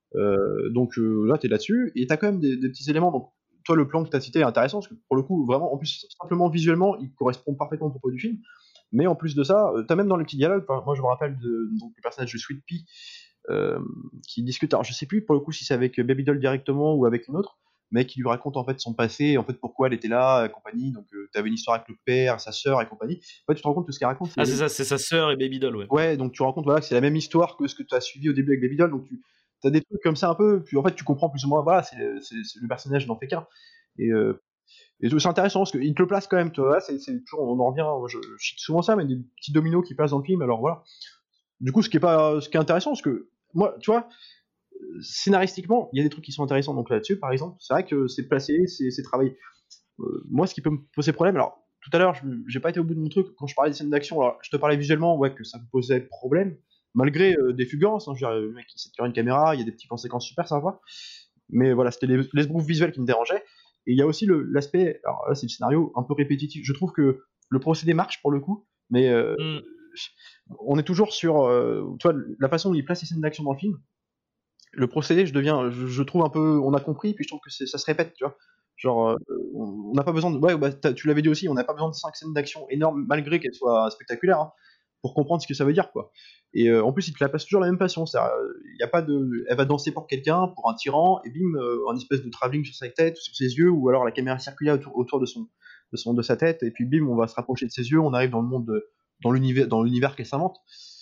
[SPEAKER 3] Donc là, t'es là-dessus, et t'as quand même des petits éléments. Donc, toi, le plan que t'as cité est intéressant, parce que pour le coup, vraiment, en plus, simplement visuellement, il correspond parfaitement au propos du film. Mais en plus de ça, t'as même dans les petits dialogues, moi je me rappelle donc, le personnage de Sweet Pea, euh, qui discute, alors je sais plus pour le coup si c'est avec Baby Doll directement ou avec une autre, mais qui lui raconte en fait son passé, en fait pourquoi elle était là, et compagnie. Donc t'avais une histoire avec le père, sa sœur et compagnie. En fait, tu te rends compte que ce qu'elle raconte,
[SPEAKER 2] Ah, c'est ça, c'est sa sœur et Baby Doll, ouais.
[SPEAKER 3] ouais, donc tu te rends compte, voilà, que c'est la même histoire que ce que tu as suivi au début avec Baby Doll. Donc tu as des trucs comme ça un peu, puis en fait tu comprends plus ou moins, voilà, c'est le personnage n'en fait qu'un. Et, c'est intéressant parce qu'il te le place quand même, tu vois, c'est toujours, on en revient, je cite souvent ça, mais des petits dominos qui passent dans le film. Alors voilà. Du coup, ce qui est intéressant, parce que moi, tu vois, scénaristiquement, il y a des trucs qui sont intéressants. Donc là-dessus, par exemple, c'est vrai que c'est placé, c'est travaillé. Moi, ce qui peut me poser problème, alors tout à l'heure, j'ai pas été au bout de mon truc quand je parlais des scènes d'action. Alors, je te parlais visuellement, ouais, que ça me posait problème, malgré des fulgurances. Hein, je veux dire, le mec il sait tenir une caméra, il y a des petites séquences super sympas. Mais voilà, c'était les brouves visuels qui me dérangeaient. Et il y a aussi l'aspect, alors là, c'est le scénario un peu répétitif. Je trouve que le procédé marche pour le coup, mais
[SPEAKER 2] Mm.
[SPEAKER 3] on est toujours sur, tu vois, la façon dont il place les scènes d'action dans le film. Le procédé, je trouve un peu, on a compris, puis je trouve que ça se répète, tu vois. Genre, on n'a pas besoin de, ouais, bah, tu l'avais dit aussi, on n'a pas besoin de 5 scènes d'action énormes, malgré qu'elles soient spectaculaires, hein, pour comprendre ce que ça veut dire, quoi. Et en plus, il te la passe toujours de la même façon. Il y a pas de, elle va danser pour quelqu'un, pour un tyran, et bim, un espèce de travelling sur sa tête, sur ses yeux, ou alors la caméra circulaire autour de sa tête, et puis bim, on va se rapprocher de ses yeux, on arrive dans le monde, dans l'univers qu'elle s'invente.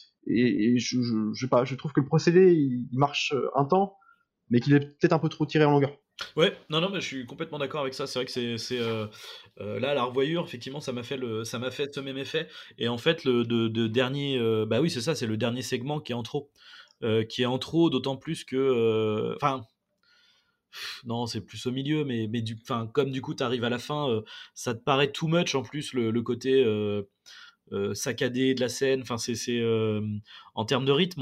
[SPEAKER 3] Et je sais pas, je trouve que le procédé il marche un temps, mais qu'il est peut-être un peu trop tiré en longueur.
[SPEAKER 2] Ouais, non, non, mais je suis complètement d'accord avec ça. C'est vrai que là, à la revoyure, effectivement, ça m'a fait ce même effet. Et en fait, de dernier, bah oui, c'est ça, c'est le dernier segment qui est en trop, d'autant plus que, enfin, non, c'est plus au milieu, mais enfin, comme du coup, t'arrives à la fin, ça te paraît too much en plus le côté saccadé de la scène. Enfin, en termes de rythme,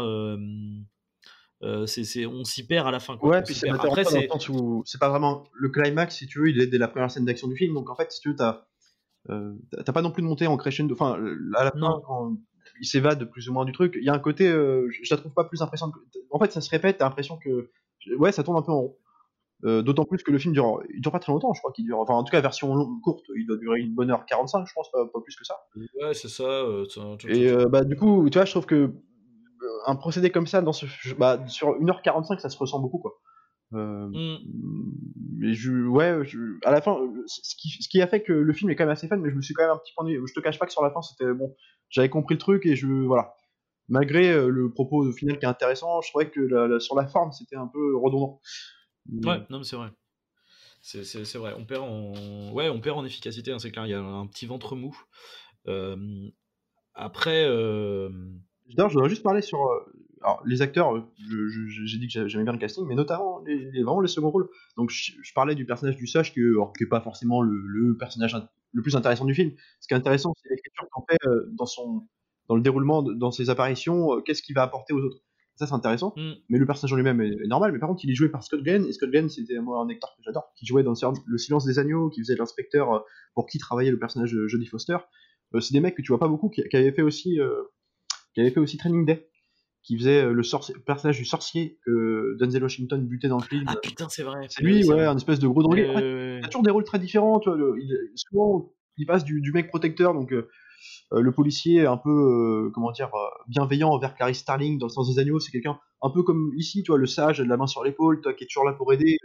[SPEAKER 2] on s'y perd à la fin, quoi.
[SPEAKER 3] Ouais,
[SPEAKER 2] On
[SPEAKER 3] puis
[SPEAKER 2] s'y
[SPEAKER 3] c'est
[SPEAKER 2] perd. Après,
[SPEAKER 3] m'intéressant dans le sens où c'est pas vraiment le climax, si tu veux, il est dès la première scène d'action du film. Donc en fait, si tu veux, t'as pas non plus de montée en crescendo. Enfin, à la fin,
[SPEAKER 2] non.
[SPEAKER 3] quand il s'évade plus ou moins du truc, il y a un côté, je la trouve pas plus impressionnante. En fait, ça se répète, t'as l'impression que, ouais, ça tourne un peu en rond. D'autant plus que le film il dure pas très longtemps, je crois qu'il dure. Enfin, en tout cas, version courte, il doit durer une bonne heure 45, je pense, pas plus que ça.
[SPEAKER 2] Ouais, c'est ça.
[SPEAKER 3] Et bah, du coup, tu vois, je trouve que un procédé comme ça, bah, sur 1h45, ça se ressent beaucoup, quoi.
[SPEAKER 2] Hmm.
[SPEAKER 3] Mais ouais, à la fin, ce qui a fait que le film est quand même assez fun, mais je me suis quand même un petit peu ennuyé. Je te cache pas que sur la fin, c'était bon, j'avais compris le truc, et voilà. Malgré le propos final qui est intéressant, je trouvais que sur la forme, c'était un peu redondant.
[SPEAKER 2] Ouais, non, mais c'est vrai. C'est vrai. On perd en efficacité, hein, c'est clair. Il y a un petit ventre mou. Euh, Après,
[SPEAKER 3] D'ailleurs, je voudrais juste parler sur alors, les acteurs. J'ai dit que j'aimais bien le casting, mais notamment vraiment les seconds rôles. Donc, je parlais du personnage du sage, qui est pas forcément le personnage le plus intéressant du film. Ce qui est intéressant, c'est l'écriture qu'en fait dans le déroulement, dans ses apparitions, qu'est-ce qu'il va apporter aux autres. Ça, c'est intéressant.
[SPEAKER 2] hmm,
[SPEAKER 3] Mais le personnage en lui-même est normal. Mais par contre, il est joué par Scott Glenn, et Scott Glenn, c'était moi un acteur que j'adore, qui jouait dans Le Silence des Agneaux, qui faisait l'inspecteur pour qui travaillait le personnage de Jodie Foster. C'est des mecs que tu vois pas beaucoup, qui avaient fait aussi Training Day, qui faisait le personnage du sorcier que Denzel Washington butait dans le film.
[SPEAKER 2] Ah putain, c'est vrai.
[SPEAKER 3] C'est
[SPEAKER 2] Mais oui,
[SPEAKER 3] lui,
[SPEAKER 2] c'est
[SPEAKER 3] ouais,
[SPEAKER 2] vrai.
[SPEAKER 3] un espèce de gros drogué. En fait, il
[SPEAKER 2] Ouais.
[SPEAKER 3] a toujours des rôles très différents, tu vois. Souvent, il passe du mec protecteur, donc le policier un peu bienveillant envers Clarice Starling dans Le Sens des agneaux, c'est quelqu'un un peu comme ici, tu vois, le sage, la main sur l'épaule, toi qui est toujours là pour aider,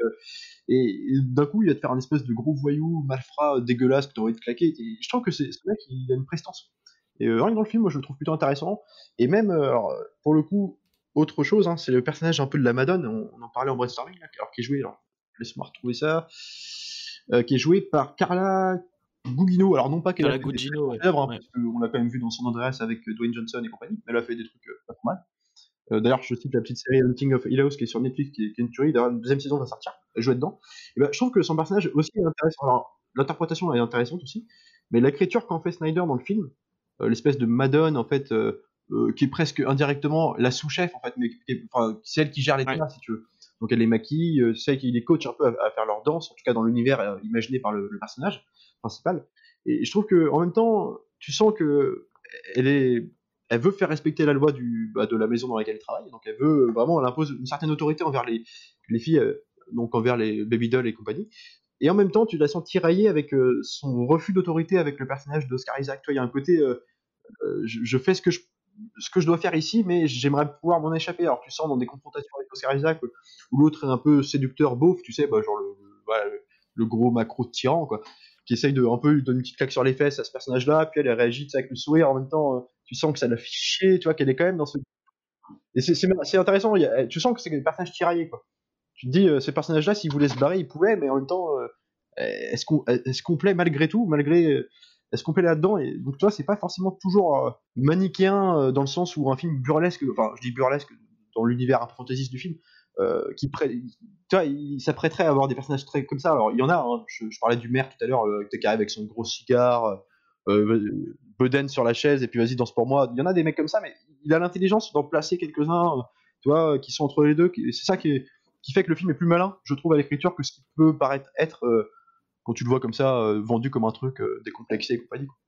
[SPEAKER 3] et d'un coup il va te faire un espèce de gros voyou malfrat dégueulasse que t'as envie de claquer, et je trouve que ce mec il a une prestance, et rien que dans le film moi je le trouve plutôt intéressant, et même alors, pour le coup autre chose, hein, c'est le personnage un peu de la Madone, on en parlait en brainstorming là, alors qui est joué, alors laisse-moi retrouver ça, qui est joué par Carla Gugino. Alors non pas qu'elle a
[SPEAKER 2] Carla
[SPEAKER 3] fait des
[SPEAKER 2] Gugino,
[SPEAKER 3] très
[SPEAKER 2] ouais.
[SPEAKER 3] grandes œuvres, hein,
[SPEAKER 2] Ouais.
[SPEAKER 3] parce qu'on l'a quand même vu dans San Andreas avec Dwayne Johnson et compagnie, mais elle a fait des trucs pas trop mal. D'ailleurs, je cite la petite série Hunting of Hill House qui est sur Netflix, qui est une tuerie. D'ailleurs, une deuxième saison va sortir. Elle jouait dedans. Et ben, je trouve que son personnage aussi est intéressant. Alors, l'interprétation est intéressante aussi, mais l'écriture qu'en fait Snyder dans le film, l'espèce de Madone en fait, qui est presque indirectement la sous-chef en fait, mais enfin, c'est elle qui gère les
[SPEAKER 2] Ouais.
[SPEAKER 3] terrains si tu veux. Donc elle les maquille, c'est elle qui les coach un peu à faire leur danse, en tout cas dans l'univers imaginé par le personnage principal. Et je trouve que en même temps, tu sens que elle est elle veut faire respecter la loi de la maison dans laquelle elle travaille, donc elle veut vraiment, elle impose une certaine autorité envers les filles, donc envers les baby dolls et compagnie. Et en même temps, tu la sens tiraillée avec son refus d'autorité avec le personnage d'Oscar Isaac. Toi, il y a un côté, je fais ce que je dois faire ici, mais j'aimerais pouvoir m'en échapper. Alors tu sens dans des confrontations avec Oscar Isaac, où l'autre est un peu séducteur, beauf, tu sais, bah, genre voilà, le gros macro de tyran, quoi, qui essaye de un peu lui donner une petite claque sur les fesses à ce personnage-là, puis elle réagit avec le sourire en même temps. Tu sens que ça la fait chier, tu vois, qu'elle est quand même dans ce. Et c'est intéressant. Tu sens que c'est des personnages tiraillés, quoi. Tu te dis, ces personnages-là, s'ils voulaient se barrer, ils pouvaient, mais en même temps, est-ce qu'on plaît malgré tout, est-ce qu'on plaît là-dedans, et donc tu vois, c'est pas forcément toujours manichéen dans le sens où un film burlesque, enfin je dis burlesque dans l'univers un peu fantaisiste du film, tu vois, il s'apprêterait à avoir des personnages très comme ça. Alors il y en a, hein, je parlais du maire tout à l'heure, qui arrive avec son gros cigare, bedaine sur la chaise et puis vas-y danse pour moi. Il y en a des mecs comme ça, mais il a l'intelligence d'en placer quelques-uns, tu vois, qui sont entre les deux. C'est ça qui fait que le film est plus malin, je trouve, à l'écriture que ce qui peut paraître être quand tu le vois comme ça, vendu comme un truc décomplexé et compagnie, quoi.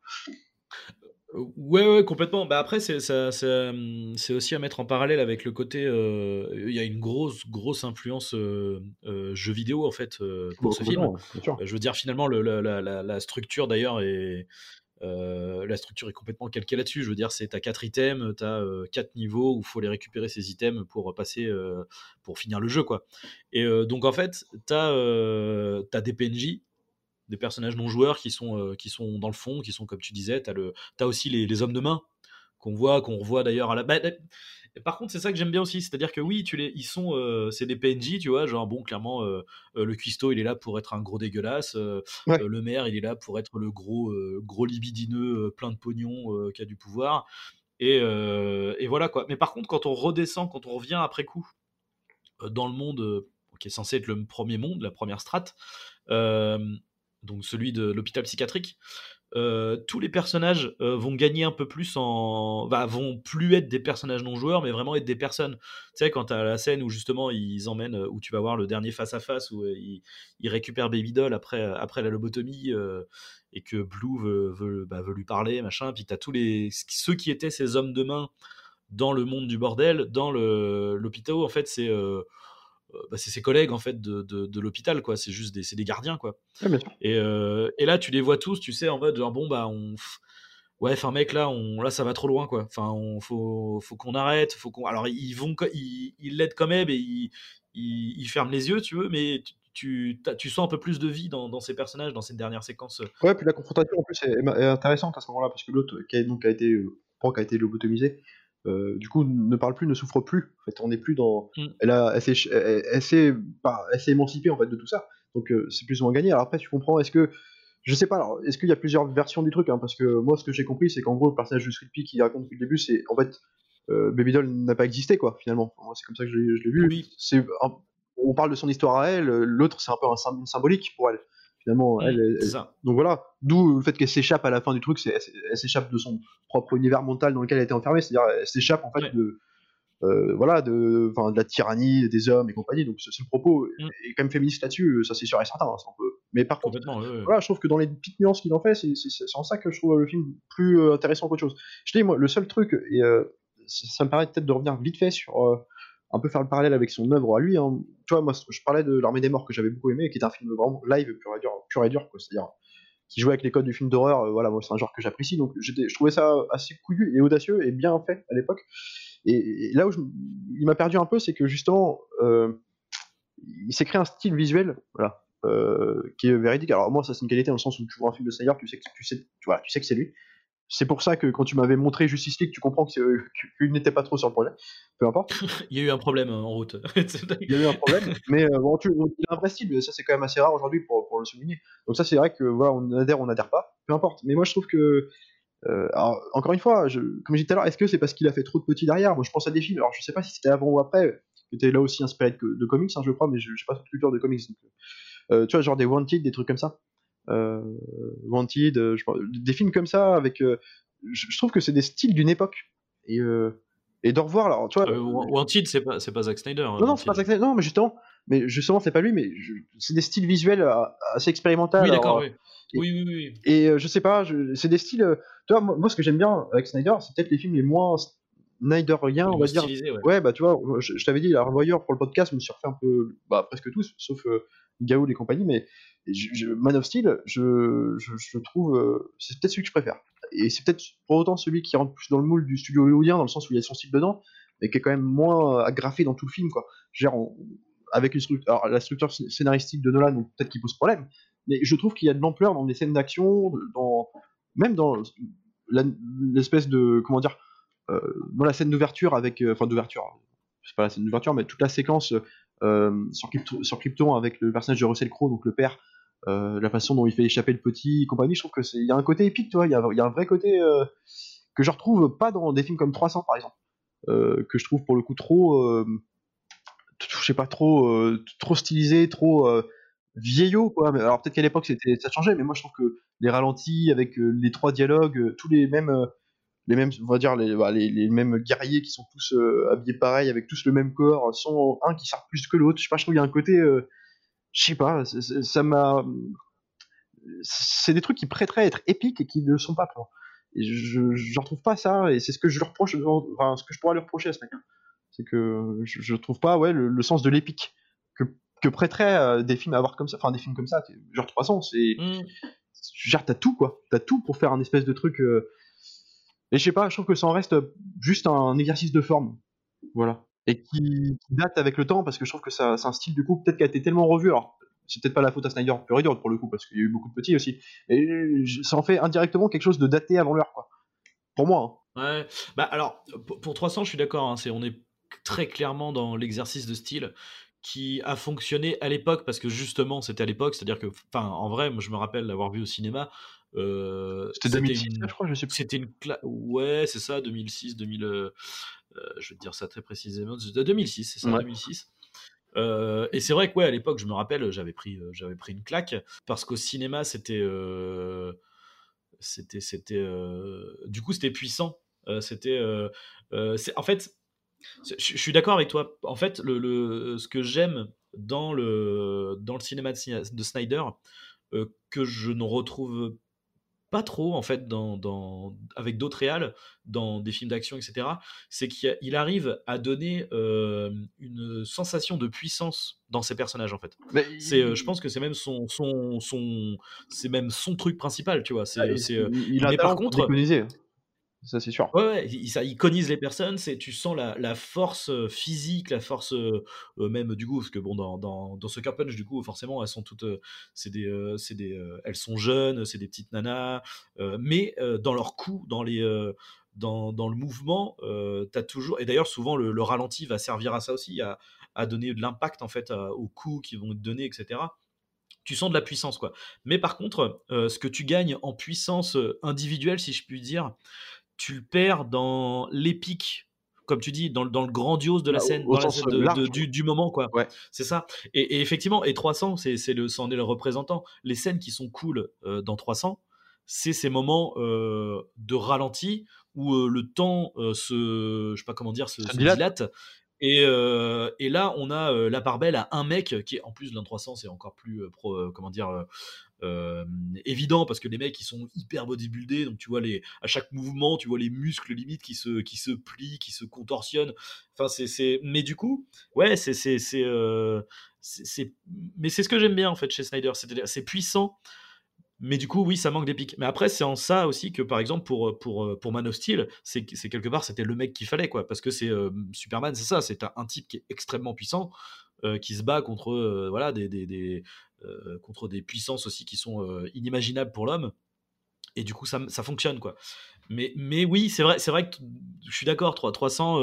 [SPEAKER 2] Ouais, complètement. Bah après, c'est aussi à mettre en parallèle avec le côté. Il y a une grosse influence jeu vidéo en fait pour ce film.
[SPEAKER 3] Complètement, bien sûr.
[SPEAKER 2] Je veux dire, finalement, la structure d'ailleurs est. La structure est complètement calquée là-dessus. Je veux dire, t'as 4 items, t'as 4 niveaux où il faut les récupérer ces items pour passer, pour finir le jeu, quoi. Et donc en fait, t'as des PNJ, des personnages non joueurs qui sont dans le fond, qui sont comme tu disais. T'as aussi les hommes de main qu'on revoit d'ailleurs à la. Par contre, c'est ça que j'aime bien aussi, c'est-à-dire que oui, c'est des PNJ, tu vois, genre bon, clairement, le cuistot, il est là pour être un gros dégueulasse,
[SPEAKER 3] Ouais.
[SPEAKER 2] le maire, il est là pour être le gros libidineux, plein de pognon, qui a du pouvoir, et voilà quoi. Mais par contre, quand on redescend, quand on revient après coup dans le monde qui est censé être le premier monde, la première strate, euh, donc celui de l'hôpital psychiatrique, tous les personnages vont gagner un peu plus vont plus être des personnages non joueurs, mais vraiment être des personnes. Tu sais, quand t'as la scène où justement ils emmènent, où tu vas voir le dernier face à face, où ils récupèrent Baby Doll après la lobotomie, et que Blue veut lui parler, machin. Puis t'as ceux qui étaient ces hommes de main dans le monde du bordel, dans l'hôpital, en fait, c'est ses collègues en fait de l'hôpital, quoi. C'est juste c'est des gardiens, quoi.
[SPEAKER 3] Ouais, bien sûr.
[SPEAKER 2] Et là, tu les vois tous, tu sais, en mode genre bon bah ouais, enfin mec, là ça va trop loin, quoi. Enfin, faut qu'on arrête, alors ils l'aident quand même, et ils ferment les yeux, tu veux, mais tu sens un peu plus de vie dans ces personnages, dans cette dernière séquence.
[SPEAKER 3] Ouais, puis la confrontation en plus est intéressante à ce moment-là, parce que l'autre qui a été Franck a été lobotomisé, du coup ne parle plus, ne souffre plus. En fait, on n'est plus dans.
[SPEAKER 2] Mm.
[SPEAKER 3] Elle s'est émancipée en fait de tout ça. Donc c'est plus ou moins gagné. Alors après, tu comprends. Je sais pas. Alors, est-ce qu'il y a plusieurs versions du truc, hein, parce que moi, ce que j'ai compris, c'est qu'en gros, le personnage de Sweetpea qui raconte depuis le début, c'est en fait Baby Doll n'a pas existé, quoi. Finalement, moi, c'est comme ça que je l'ai vu.
[SPEAKER 2] Oui.
[SPEAKER 3] On parle de son histoire à elle. L'autre, c'est un peu une symbolique pour elle. Finalement,
[SPEAKER 2] C'est ça.
[SPEAKER 3] donc voilà, d'où le fait qu'elle s'échappe à la fin du truc, elle s'échappe de son propre univers mental dans lequel elle était enfermée, c'est-à-dire elle s'échappe en fait
[SPEAKER 2] Ouais.
[SPEAKER 3] de la tyrannie des hommes et compagnie, donc c'est le propos
[SPEAKER 2] Mm.
[SPEAKER 3] est quand même féministe là-dessus, ça c'est sûr et certain, hein, mais par contre,
[SPEAKER 2] Complètement. Ouais.
[SPEAKER 3] voilà, je trouve que dans les petites nuances qu'il en fait, c'est en ça que je trouve le film plus intéressant qu'autre chose. Je dis, moi, le seul truc, et ça me permet peut-être de revenir vite fait sur un peu faire le parallèle avec son œuvre à lui, hein. Tu vois, moi je parlais de L'Armée des Morts que j'avais beaucoup aimé, qui est un film vraiment live pur et dur, quoi. C'est-à-dire qui jouait avec les codes du film d'horreur. Voilà, moi c'est un genre que j'apprécie, donc je trouvais ça assez couillu et audacieux et bien fait à l'époque. Et là où il m'a perdu un peu, c'est que justement, il s'est créé un style visuel, voilà, qui est véridique. Alors moi, ça c'est une qualité dans le sens où tu vois un film de Snyder, tu sais que c'est lui. C'est pour ça que quand tu m'avais montré Justice League, tu comprends qu'il n'était pas trop sur le projet. Peu importe.
[SPEAKER 2] Il y a eu un problème en route.
[SPEAKER 3] Il y a eu un problème, mais bon, il a un vrai style. Ça c'est quand même assez rare aujourd'hui pour le souligner. Donc ça c'est vrai que voilà, on adhère pas. Peu importe. Mais moi je trouve que alors, encore une fois, comme j'ai dit tout à l'heure, est-ce que c'est parce qu'il a fait trop de petits derrière? Moi je pense à des films. Alors je sais pas si c'était avant ou après. Qui était là aussi inspiré de comics, hein, je crois, mais je sais pas sur culture de comics. Donc, tu vois, genre des Wanted, des trucs comme ça. Wanted, des films comme ça avec. Je trouve que c'est des styles d'une époque. Et de revoir, alors, tu vois.
[SPEAKER 2] Wanted, c'est pas Zack Snyder.
[SPEAKER 3] Non, c'est pas Zack Snyder. Non, mais justement, c'est pas lui, mais c'est des styles visuels assez expérimentaux.
[SPEAKER 2] Oui, d'accord, oui. Oui.
[SPEAKER 3] Et je sais pas, c'est des styles. Tu vois, moi, ce que j'aime bien avec Snyder, c'est peut-être les films les moins Snyderiens, on va dire. Ouais, bah, tu vois, je t'avais dit, la revoyeur pour le podcast, je me suis refait un peu, presque tous, sauf Gaoul et compagnie, mais Man of Steel, je trouve, c'est peut-être celui que je préfère. Et c'est peut-être pour autant celui qui rentre plus dans le moule du studio hollywoodien, dans le sens où il y a son style dedans, mais qui est quand même moins agrafé dans tout le film, quoi. Genre, avec alors, la structure scénaristique de Nolan, donc peut-être qu'il pose problème, mais je trouve qu'il y a de l'ampleur dans les scènes d'action, même dans l'espèce de, comment dire, dans la scène d'ouverture d'ouverture, c'est pas la scène d'ouverture, mais toute la séquence sur Krypton avec le personnage de Russell Crowe, donc le père, la façon dont il fait échapper le petit et compagnie, je trouve que il y a un côté épique, tu vois, il y a un vrai côté que je retrouve pas dans des films comme 300 par exemple, que je trouve pour le coup trop, je sais pas, trop stylisé, trop vieillot, quoi. Mais alors peut-être qu'à l'époque ça changeait, mais moi je trouve que les ralentis avec les trois dialogues, tous les mêmes, on va dire les mêmes guerriers qui sont tous habillés pareil, avec tous le même corps, sans un qui sert plus que l'autre. Je sais pas, je trouve qu'il y a un côté, je sais pas, ça m'a, c'est des trucs qui prêteraient à être épiques et qui ne le sont pas, quoi. Et je retrouve pas ça, et c'est ce que je lui reproche, enfin ce que je pourrais lui reprocher à ce mec-là. C'est que je trouve pas, ouais, le sens de l'épique que prêteraient des films à avoir comme ça, enfin des films comme ça, genre 300, c'est genre t'as tout, quoi, t'as tout pour faire un espèce de truc, et je sais pas, je trouve que ça en reste juste un exercice de forme, voilà, et qui date avec le temps, parce que je trouve que c'est un style du coup peut-être qui a été tellement revu. Alors c'est peut-être pas la faute à Snyder pur et dur pour le coup, parce qu'il y a eu beaucoup de petits aussi, et ça en fait indirectement quelque chose de daté avant l'heure, quoi, pour moi, hein.
[SPEAKER 2] Ouais, bah alors pour 300, je suis d'accord, hein, on est très clairement dans l'exercice de style qui a fonctionné à l'époque, parce que justement c'était à l'époque, c'est-à-dire que, enfin, en vrai, moi je me rappelle l'avoir vu au cinéma.
[SPEAKER 3] C'était 2006, je crois, je sais plus.
[SPEAKER 2] C'était ouais, c'est ça, 2006, 2000. Je vais te dire ça très précisément. 2006, c'est ça, ouais. 2006. Et c'est vrai que ouais, à l'époque, je me rappelle, j'avais pris une claque, parce qu'au cinéma, du coup, c'était puissant. En fait, je suis d'accord avec toi. En fait, ce que j'aime dans le cinéma de Snyder, que je ne retrouve pas trop en fait avec d'autres réals, dans des films d'action, etc., c'est qu'il arrive à donner une sensation de puissance dans ses personnages, en fait. Je pense que c'est même c'est même son truc principal, tu vois.
[SPEAKER 3] Il a un talent pour déconiser. Ça c'est sûr.
[SPEAKER 2] Ouais, ça iconise les personnes, tu sens la force physique, la force même du coup, parce que bon, dans Sucker Punch, du coup, forcément, elles sont toutes, elles sont jeunes, c'est des petites nanas, mais dans leur coup, dans le mouvement, t'as toujours, et d'ailleurs souvent le ralenti va servir à ça aussi, à donner de l'impact en fait aux coups qui vont être donnés, etc. Tu sens de la puissance, quoi. Mais par contre, ce que tu gagnes en puissance individuelle, si je puis dire, tu le perds dans l'épique, comme tu dis, dans le grandiose de la scène, dans la scène du moment, quoi.
[SPEAKER 3] Ouais.
[SPEAKER 2] C'est ça. Et effectivement, et 300, c'en est le représentant. Les scènes qui sont cool dans 300, c'est ces moments de ralenti où le temps je sais pas comment dire, se dilate. Et là, on a la part belle à un mec qui est, en plus, l'un 300, c'est encore plus comment dire, évident, parce que les mecs, ils sont hyper bodybuildés, donc tu vois à chaque mouvement, tu vois les muscles limite qui se plient, qui se contorsionnent. Enfin, mais du coup, ouais, mais c'est ce que j'aime bien en fait chez Snyder, c'est-à-dire c'est puissant, Mais du coup, oui, ça manque d'épique. Mais après, c'est en ça aussi que, par exemple, pour Man of Steel, c'est quelque part, c'était le mec qu'il fallait, quoi. Parce que Superman, c'est ça, c'est un type qui est extrêmement puissant, qui se bat contre, voilà, contre des puissances aussi qui sont inimaginables pour l'homme. Et du coup, ça fonctionne, quoi. Mais oui, c'est vrai que je suis d'accord, 300,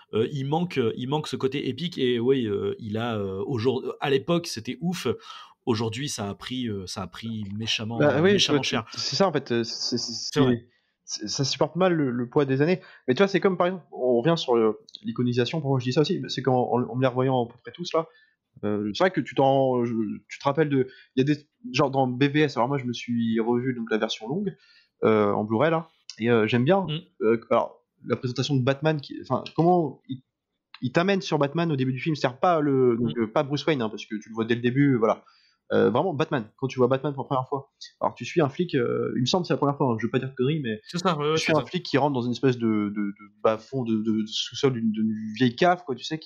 [SPEAKER 2] il manque ce côté épique. Et oui, aujourd'hui, à l'époque, c'était ouf. Aujourd'hui, ça a pris
[SPEAKER 3] Bah
[SPEAKER 2] méchamment,
[SPEAKER 3] oui,
[SPEAKER 2] méchamment cher.
[SPEAKER 3] c'est ça en fait,
[SPEAKER 2] C'est vrai.
[SPEAKER 3] ça supporte mal le poids des années. Mais tu vois, c'est comme par exemple, on revient sur l'iconisation, pourquoi je dis ça aussi, c'est qu'en me les revoyant à peu près tous là, c'est vrai que tu te rappelles il y a des, genre dans BVS, alors moi je me suis revu donc la version longue, en Blu-ray là, et j'aime bien,
[SPEAKER 2] Mm.
[SPEAKER 3] alors, la présentation de Batman, enfin, comment il t'amène sur Batman au début du film, c'est-à-dire pas pas Bruce Wayne, hein, parce que tu le vois dès le début, voilà. Vraiment Batman, quand tu vois Batman pour la première fois. Alors tu suis un flic, il me semble que c'est la première fois, hein, je veux pas dire de conneries, mais
[SPEAKER 2] C'est ça, ouais,
[SPEAKER 3] tu suis
[SPEAKER 2] c'est
[SPEAKER 3] un
[SPEAKER 2] ça.
[SPEAKER 3] flic qui rentre dans une espèce de bas-fond de sous-sol d'une vieille cave, quoi, tu sais,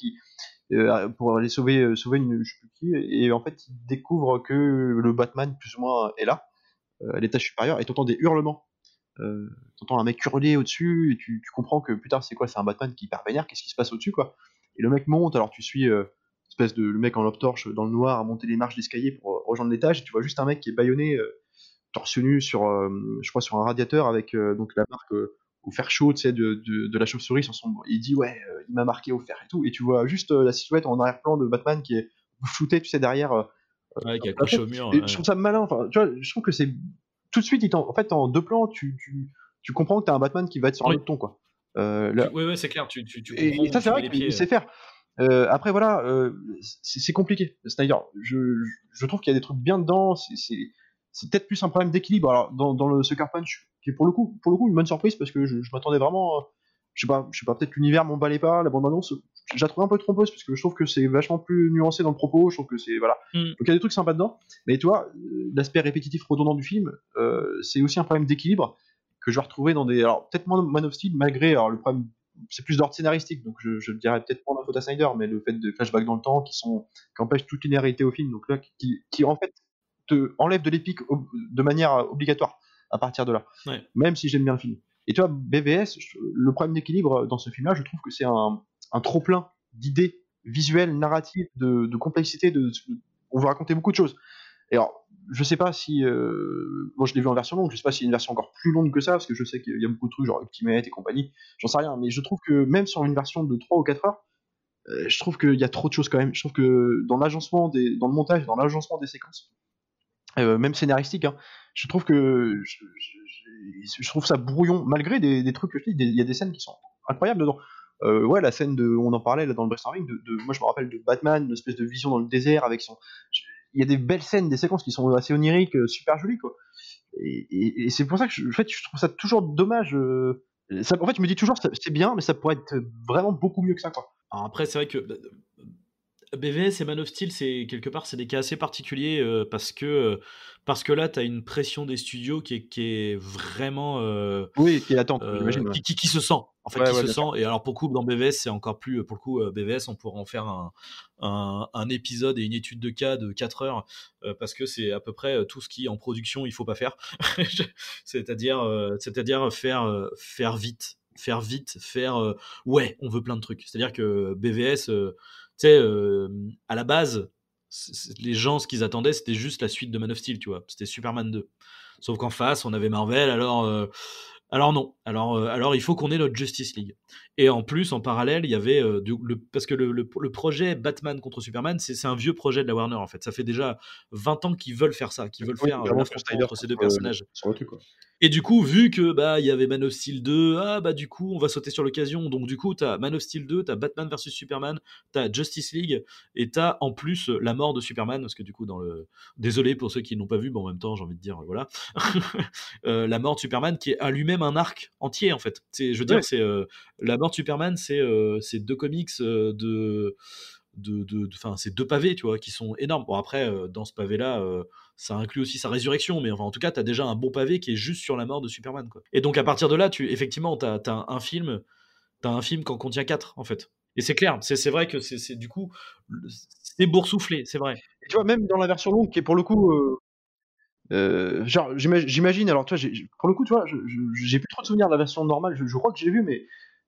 [SPEAKER 3] pour aller sauver je sais plus qui, et en fait il découvre que le Batman plus ou moins est là, à l'étage supérieur, et t'entends des hurlements. T'entends un mec hurler au-dessus, et tu comprends que putain, c'est quoi, c'est un Batman qui est hyper vénère, qu'est-ce qui se passe au-dessus, quoi. Et le mec monte, alors tu suis le mec en lampe torche dans le noir à monter les marches d'escalier pour rejoindre l'étage, et tu vois juste un mec qui est bâillonné, torse nu je crois sur un radiateur avec donc la marque au fer chaud, tu sais, de la chauve-souris sur son. Il dit ouais, il m'a marqué au fer et tout, et tu vois juste la silhouette en arrière-plan de Batman qui est shooté, tu sais, derrière.
[SPEAKER 2] Ouais, qui a
[SPEAKER 3] Après,
[SPEAKER 2] accroché au mur.
[SPEAKER 3] et je trouve ça malin, enfin, tu vois, je trouve que c'est tout de suite, en fait, en deux plans, tu comprends que t'as un Batman qui va être sur un
[SPEAKER 2] Oui,
[SPEAKER 3] autre ton, quoi. Là,
[SPEAKER 2] ouais, c'est clair, tu comprends
[SPEAKER 3] et
[SPEAKER 2] où
[SPEAKER 3] ça, c'est
[SPEAKER 2] tu mets
[SPEAKER 3] vrai
[SPEAKER 2] les
[SPEAKER 3] qu'il
[SPEAKER 2] pieds.
[SPEAKER 3] sait faire. Après, voilà, c'est compliqué, Snyder. Je trouve qu'il y a des trucs bien dedans. C'est peut-être plus un problème d'équilibre. Alors, dans le Sucker Punch, qui est pour le coup une bonne surprise, parce que je m'attendais vraiment. Je sais pas, peut-être l'univers m'emballait pas, la bande-annonce, je la trouve un peu trompeuse, parce que je trouve que c'est vachement plus nuancé dans le propos. Je trouve que c'est. Voilà.
[SPEAKER 2] Mm.
[SPEAKER 3] Donc, il y a des trucs sympas dedans. Mais tu vois, l'aspect répétitif redondant du film, c'est aussi un problème d'équilibre que je vais retrouver dans des. Alors, peut-être moins Man of Steel, malgré. Alors, le problème, c'est plus d'ordre scénaristique, donc je dirais peut-être pas la faute à Snyder, mais le fait de flashbacks dans le temps qui empêchent toute linéarité au film, donc là qui en fait te enlève de l'épique de manière obligatoire à partir de là,
[SPEAKER 2] Ouais.
[SPEAKER 3] même si j'aime bien le film. Et tu vois, BVS, le problème d'équilibre dans ce film-là, je trouve que c'est un trop-plein d'idées visuelles, narratives, de complexité, on veut raconter beaucoup de choses. Et alors, je sais pas si. Moi, je l'ai vu en version longue, je sais pas s'il y a une version encore plus longue que ça, parce que je sais qu'il y a beaucoup de trucs, genre Ultimate et compagnie, j'en sais rien, mais je trouve que même sur une version de 3 ou 4 heures, je trouve qu'il y a trop de choses quand même. Je trouve que dans le montage, dans l'agencement des séquences, même scénaristique, hein, je trouve que. Je trouve ça brouillon, malgré des trucs que je dis, il y a des scènes qui sont incroyables dedans. Ouais, la scène on en parlait là dans le brainstorming, moi je me rappelle de Batman, une espèce de vision dans le désert avec son. Il y a des belles scènes, des séquences qui sont assez oniriques, super jolies, quoi. Et c'est pour ça que en fait, je trouve ça toujours dommage. En fait, je me dis toujours, c'est bien, mais ça pourrait être vraiment beaucoup mieux que ça, quoi.
[SPEAKER 2] Alors après, c'est vrai que BVS et Man of Steel, c'est quelque part, c'est des cas assez particuliers parce que là, tu as une pression des studios qui est vraiment
[SPEAKER 3] Oui, qui attend, j'imagine. Ouais.
[SPEAKER 2] qui se sent. En fait,
[SPEAKER 3] Ouais,
[SPEAKER 2] qui
[SPEAKER 3] ouais,
[SPEAKER 2] se
[SPEAKER 3] bien
[SPEAKER 2] sent.
[SPEAKER 3] sûr.
[SPEAKER 2] Et alors, pour le coup, dans BVS, c'est encore plus. Pour le coup, BVS, on pourrait en faire un épisode et une étude de cas de 4 heures parce que c'est à peu près tout ce qui, en production, il faut pas faire. C'est-à-dire faire vite. Ouais, on veut plein de trucs. C'est-à-dire que BVS. Tu sais, à la base, les gens, ce qu'ils attendaient, c'était juste la suite de Man of Steel, tu vois. C'était Superman 2. Sauf qu'en face, on avait Marvel, alors non. Alors il faut qu'on ait notre Justice League. Et en plus, en parallèle, il y avait parce que le projet Batman contre Superman, c'est un vieux projet de la Warner en fait. Ça fait déjà 20 ans qu'ils veulent faire ça, qu'ils veulent
[SPEAKER 3] Oui,
[SPEAKER 2] faire
[SPEAKER 3] vraiment sur
[SPEAKER 2] l'affrontement
[SPEAKER 3] Snyder
[SPEAKER 2] entre ces deux personnages.
[SPEAKER 3] sur le truc, quoi.
[SPEAKER 2] Et du coup, vu que il y avait Man of Steel 2, du coup, on va sauter sur l'occasion. Donc du coup, t'as Man of Steel 2, t'as Batman versus Superman, t'as Justice League, et t'as en plus la mort de Superman, parce que du coup, désolé pour ceux qui n'ont pas vu, mais en même temps, j'ai envie de dire, voilà, la mort de Superman qui est à lui-même un arc entier en fait. Je veux dire,
[SPEAKER 3] Ouais.
[SPEAKER 2] c'est la mort de Superman, c'est deux comics enfin, c'est deux pavés, tu vois, qui sont énormes. Bon, après, dans ce pavé-là, ça inclut aussi sa résurrection, mais enfin, en tout cas, t'as déjà un bon pavé qui est juste sur la mort de Superman, quoi. Et donc, à partir de là, effectivement, t'as un film qu'en contient 4, en fait. Et c'est clair, c'est vrai que du coup, c'est boursouflé, c'est vrai.
[SPEAKER 3] Et tu vois, même dans la version longue, qui est pour le coup Genre, j'imagine, alors tu vois, pour le coup, tu vois, j'ai plus trop de souvenirs de la version normale, je crois que j'ai vu, mais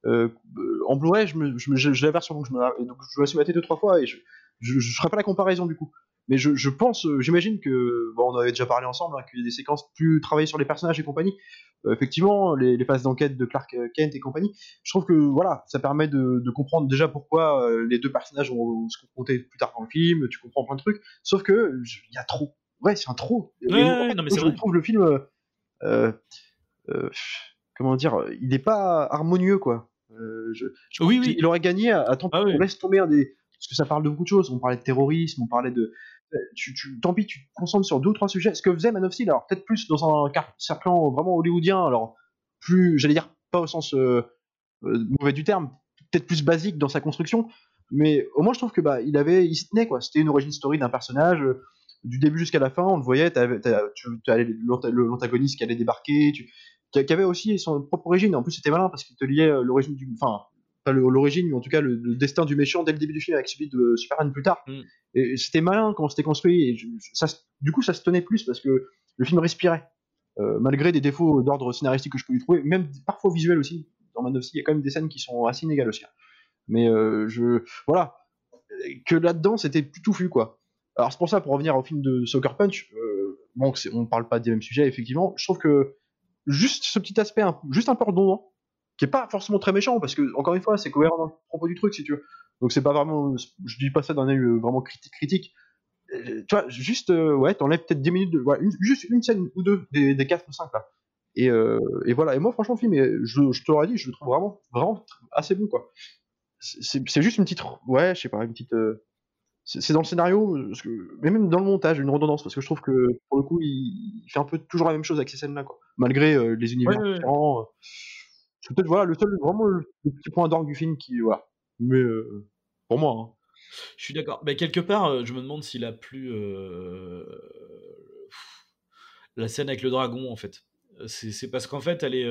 [SPEAKER 3] en Blu-ray, j'ai la version, donc je me la suis maté 2-3 fois et je ferai pas la comparaison du coup. Mais je pense, j'imagine que, bon, on avait déjà parlé ensemble, hein, qu'il y a des séquences plus travaillées sur les personnages et compagnie. Effectivement, les phases d'enquête de Clark Kent et compagnie, je trouve que voilà, ça permet de comprendre déjà pourquoi les deux personnages vont se confronter plus tard dans le film, tu comprends plein de trucs, sauf que il y a trop. Ouais, c'est un trop. Et moi, en
[SPEAKER 2] Ouais,
[SPEAKER 3] fait,
[SPEAKER 2] non, mais
[SPEAKER 3] moi,
[SPEAKER 2] c'est
[SPEAKER 3] je
[SPEAKER 2] vrai.
[SPEAKER 3] trouve le film, euh, euh, comment dire, il n'est pas harmonieux, quoi. Je pense
[SPEAKER 2] Oui,
[SPEAKER 3] qu'il
[SPEAKER 2] oui.
[SPEAKER 3] aurait gagné à tant pis
[SPEAKER 2] Ah
[SPEAKER 3] qu'on
[SPEAKER 2] oui.
[SPEAKER 3] laisse tomber parce que ça parle de beaucoup de choses. On parlait de terrorisme, on parlait de. Tant pis, tu te concentres sur 2 ou 3 sujets. Ce que faisait Man of Steel, alors peut-être plus dans un cercle vraiment hollywoodien, alors plus, j'allais dire, pas au sens mauvais du terme, peut-être plus basique dans sa construction, mais au moins je trouve que il se tenait, quoi. C'était une origin story d'un personnage du début jusqu'à la fin, on le voyait, tu avais l'antagoniste qui allait débarquer, qui avait aussi son propre origine. En plus c'était malin parce qu'il te liait l'origine enfin pas l'origine, mais en tout cas le destin du méchant dès le début du film avec celui de Superman plus tard.
[SPEAKER 2] Mm.
[SPEAKER 3] Et c'était malin comment c'était construit et du coup ça se tenait plus parce que le film respirait. Malgré des défauts d'ordre scénaristique que je peux lui trouver, même parfois visuel aussi. Dans Man of Steel, il y a quand même des scènes qui sont assez inégales aussi. Mais voilà, que là-dedans, c'était plus touffu, quoi. Alors c'est pour ça, pour revenir au film de Sucker Punch, bon, on parle pas des mêmes sujets, effectivement. Je trouve que juste ce petit aspect, juste un peu redondant, qui est pas forcément très méchant, parce que encore une fois, c'est cohérent dans le propos du truc, si tu veux. Donc c'est pas vraiment, je dis pas ça d'un œil vraiment critique. Tu vois, juste, ouais, t'enlèves peut-être 10 minutes juste une scène ou deux des 4 ou 5 là. Et voilà. Et moi, franchement, le film, je te l'aurais dit, je le trouve vraiment assez bon, quoi. C'est juste une petite, ouais, je sais pas, une petite. C'est dans le scénario, mais même dans le montage, une redondance, parce que je trouve que pour le coup, il fait un peu toujours la même chose avec ces scènes-là, quoi. Malgré les
[SPEAKER 2] Ouais,
[SPEAKER 3] univers
[SPEAKER 2] ouais, ouais.
[SPEAKER 3] différents. C'est peut-être voilà le seul, vraiment le petit point d'orgue du film qui, voilà. Mais pour moi, hein.
[SPEAKER 2] Je suis d'accord. Mais quelque part, je me demande s'il a plu la scène avec le dragon, en fait. C'est parce qu'en fait, elle est.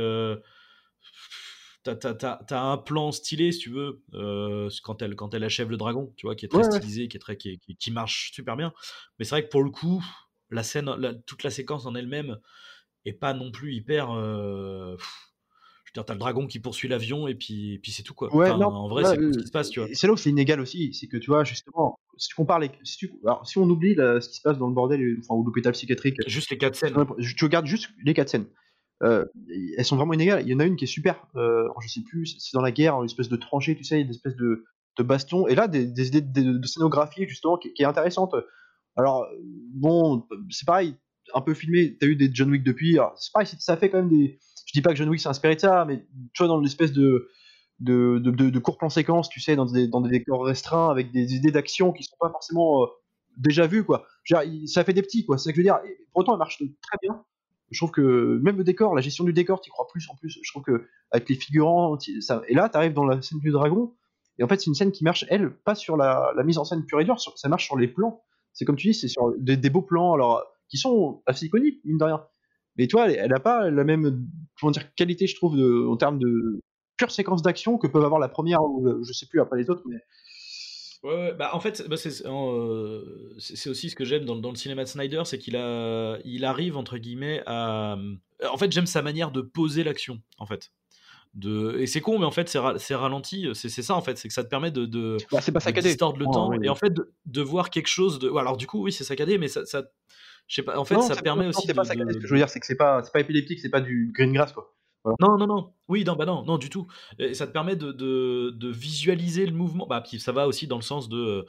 [SPEAKER 2] T'as un plan stylé, si tu veux, quand elle achève le dragon, tu vois, qui est très
[SPEAKER 3] Ouais, ouais.
[SPEAKER 2] stylisé, qui marche super bien. Mais c'est vrai que pour le coup, la scène, toute la séquence en elle-même est pas non plus hyper. Je veux dire, t'as le dragon qui poursuit l'avion et puis c'est tout, quoi.
[SPEAKER 3] Ouais,
[SPEAKER 2] Enfin,
[SPEAKER 3] non,
[SPEAKER 2] en vrai,
[SPEAKER 3] là,
[SPEAKER 2] c'est tout ce qui se passe, tu vois.
[SPEAKER 3] et c'est là où c'est inégal aussi, c'est que tu vois, justement, si tu compares alors, si on oublie ce qui se passe dans le bordel, enfin, ou l'hôpital psychiatrique,
[SPEAKER 2] Juste les 4 scènes.
[SPEAKER 3] tu regardes juste les 4 scènes. Elles sont vraiment inégales. Il y en a une qui est super, alors je sais plus, c'est dans la guerre, une espèce de tranchée, tu sais, une espèce de baston, et là, des idées de scénographie, justement, qui est intéressante. Alors, bon, c'est pareil, un peu filmé, t'as eu des John Wick depuis, alors, c'est pareil, ça fait quand même des. Je dis pas que John Wick s'est inspiré de ça, mais tu vois, dans l'espèce de courts plans séquences, tu sais, dans des décors restreints, avec des idées d'action qui sont pas forcément déjà vues, quoi. Je veux dire, ça fait des petits, quoi, c'est ça que je veux dire. Et pour autant, elle marche très bien. Je trouve que même le décor, la gestion du décor, t'y crois plus en plus. Je trouve que avec les figurants, et là, t'arrives dans la scène du dragon, et en fait, c'est une scène qui marche, elle, pas sur la mise en scène pure et dure, ça marche sur les plans. C'est comme tu dis, c'est sur des beaux plans, alors, qui sont assez iconiques, mine de rien. Mais toi, elle a pas la même, comment dire, qualité, je trouve, en termes de pure séquence d'action que peuvent avoir la première ou je sais plus après les autres, mais
[SPEAKER 2] Ouais, ouais, bah en fait, bah, c'est aussi ce que j'aime dans le cinéma de Snyder, c'est il arrive entre guillemets à. En fait, j'aime sa manière de poser l'action, en fait. Et c'est con, mais en fait, c'est ralenti. C'est ça, en fait, c'est que ça te permet
[SPEAKER 3] bah, c'est pas
[SPEAKER 2] de
[SPEAKER 3] saccadé.
[SPEAKER 2] distordre le
[SPEAKER 3] Ouais,
[SPEAKER 2] temps et
[SPEAKER 3] ouais.
[SPEAKER 2] en fait de voir quelque chose de. Ouais, alors du coup, oui, c'est saccadé, mais je sais pas. En fait,
[SPEAKER 3] Non,
[SPEAKER 2] ça permet
[SPEAKER 3] non,
[SPEAKER 2] aussi
[SPEAKER 3] c'est pas saccadé. Ce que je veux dire, c'est que c'est pas épileptique, c'est pas du green grass, quoi. Voilà.
[SPEAKER 2] Non, non, non. Oui, non, bah non, non, du tout. Et ça te permet de visualiser le mouvement. Bah, puis ça va aussi dans le sens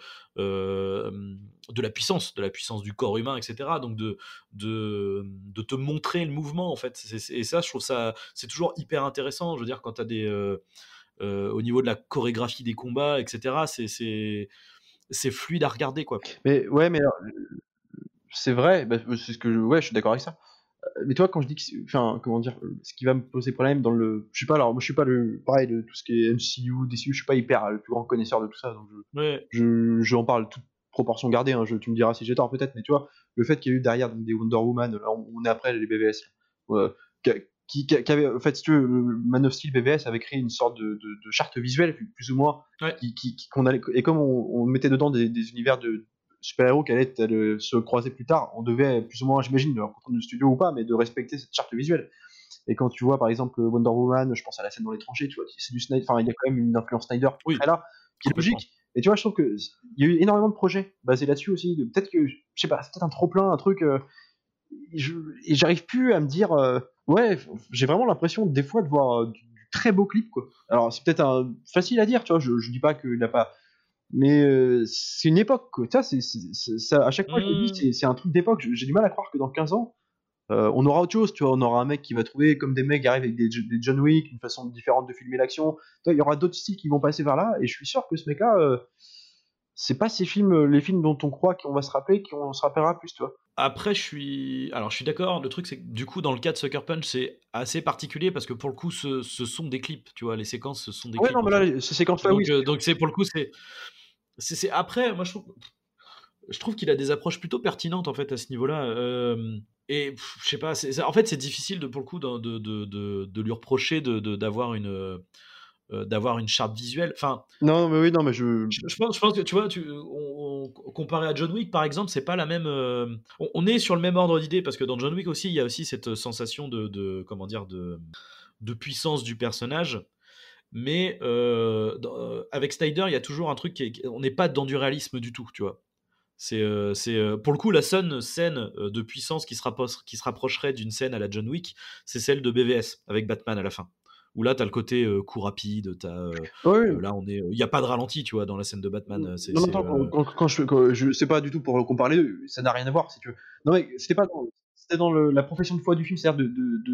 [SPEAKER 2] de de la puissance du corps humain, etc. Donc de te montrer le mouvement, en fait. Et ça, je trouve ça, c'est toujours hyper intéressant. Je veux dire, quand tu as au niveau de la chorégraphie des combats, etc., c'est fluide à regarder, quoi.
[SPEAKER 3] Mais ouais, mais alors, c'est vrai, bah, c'est ce que ouais, je suis d'accord avec ça. Mais toi, quand je dis que, enfin, comment dire, ce qui va me poser problème dans le, je sais pas, alors moi je suis pas pareil de tout ce qui est MCU, DCU, je suis pas hyper le plus grand connaisseur de tout ça, donc
[SPEAKER 2] Ouais.
[SPEAKER 3] j'en parle toute proportion gardée, hein, tu me diras si j'ai tort peut-être, mais tu vois, le fait qu'il y a eu derrière donc, des Wonder Woman, là, on est après les BVS, là, qui avait, en fait, si tu veux, Man of Steel BVS avait créé une sorte de charte visuelle, plus ou moins,
[SPEAKER 2] Ouais.
[SPEAKER 3] qu'on allait, et comme on mettait dedans des univers super-héros qui allaient se croiser plus tard, on devait plus ou moins, j'imagine, de leur contrainte de studio ou pas, mais de respecter cette charte visuelle. Et quand tu vois par exemple Wonder Woman, je pense à la scène dans les tranchées, tu vois, c'est du Snyder, enfin il y a quand même une influence Snyder qui
[SPEAKER 2] Oui,
[SPEAKER 3] est là, qui est
[SPEAKER 2] complètement.
[SPEAKER 3] logique. Et tu vois, je trouve que il y a eu énormément de projets basés là-dessus aussi. Peut-être que, je sais pas, c'est peut-être un trop plein, un truc. Et j'arrive plus à me dire, ouais, j'ai vraiment l'impression des fois de voir du très beau clip, quoi. Alors c'est peut-être facile à dire, tu vois, je dis pas qu'il n'a pas, mais c'est une époque, quoi. Ça, ça, à chaque fois je me dis,
[SPEAKER 2] Mmh.
[SPEAKER 3] c'est un truc d'époque. J'ai du mal à croire que dans 15 ans, on aura autre chose, tu vois. On aura un mec qui va trouver, comme des mecs qui arrivent avec des John Wick, une façon différente de filmer l'action. Tu vois, il y aura d'autres styles qui vont passer vers là, et je suis sûr que ce mec-là, c'est pas ces films, les films dont on croit qu'on va se rappeler, qu'on se rappellera plus, tu vois.
[SPEAKER 2] Après, je suis d'accord. Le truc, c'est que du coup, dans le cas de Sucker Punch, c'est assez particulier parce que pour le coup, ce sont des clips, tu vois. Les séquences, ce sont des
[SPEAKER 3] Ouais, non,
[SPEAKER 2] clips en
[SPEAKER 3] mais
[SPEAKER 2] fait.
[SPEAKER 3] là, ces séquences-là, oui.
[SPEAKER 2] Donc c'est pour le coup, après, moi, je trouve qu'il a des approches plutôt pertinentes en fait à ce niveau-là. Et je sais pas, en fait, c'est difficile pour le coup de lui reprocher d'avoir une charte visuelle. Enfin,
[SPEAKER 3] Non, mais oui, non, mais
[SPEAKER 2] je pense que tu vois, comparé à John Wick par exemple, c'est pas la même. On est sur le même ordre d'idée parce que dans John Wick aussi, il y a aussi cette sensation comment dire de puissance du personnage. Mais avec Snyder, il y a toujours un truc on n'est pas dans du réalisme du tout, tu vois. Pour le coup la seule scène de puissance qui se rapprocherait d'une scène à la John Wick, c'est celle de BVS avec Batman à la fin. Où là, t'as le côté coup rapide,
[SPEAKER 3] oui.
[SPEAKER 2] là il n'y a pas de ralenti, tu vois, dans la scène de Batman.
[SPEAKER 3] Non, mais attends, c'est pas du tout pour comparer les deux, ça n'a rien à voir, si tu veux. Non, mais c'était dans la profession de foi du film, c'est-à-dire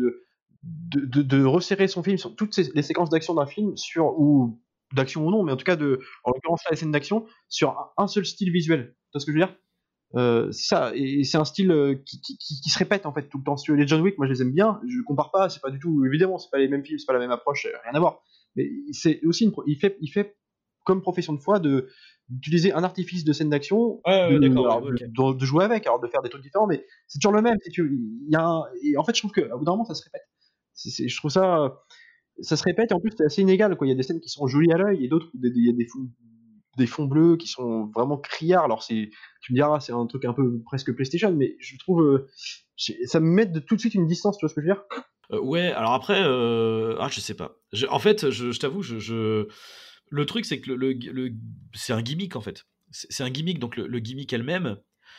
[SPEAKER 3] de resserrer son film sur toutes les séquences d'action d'un film, ou d'action ou non, mais en tout cas, en l'occurrence, là, les scènes d'action, sur un seul style visuel. Tu vois ce que je veux dire? C'est ça, et c'est un style qui se répète en fait tout le temps. Si tu veux, les John Wick, moi je les aime bien, je compare pas, c'est pas du tout, évidemment, c'est pas les mêmes films, c'est pas la même approche, rien à voir. Mais c'est aussi il fait comme profession de foi d'utiliser un artifice de scène d'action,
[SPEAKER 2] Ouais, d'accord, ouais, ok.
[SPEAKER 3] de jouer avec, alors de faire des trucs différents, mais c'est toujours le même. Si tu veux. Et en fait, je trouve qu'au bout d'un moment, ça se répète. Je trouve ça se répète, et en plus c'est assez inégal, quoi. Il y a des scènes qui sont jolies à l'œil et d'autres où il y a des fonds bleus qui sont vraiment criards. Alors tu me diras, c'est un truc un peu presque PlayStation, mais je trouve ça me met tout de suite une distance, tu vois ce que je veux dire?
[SPEAKER 2] Ouais, alors après, je sais pas. En fait, je t'avoue, le truc, c'est que c'est un gimmick en fait. C'est un gimmick, donc le gimmick elle-même.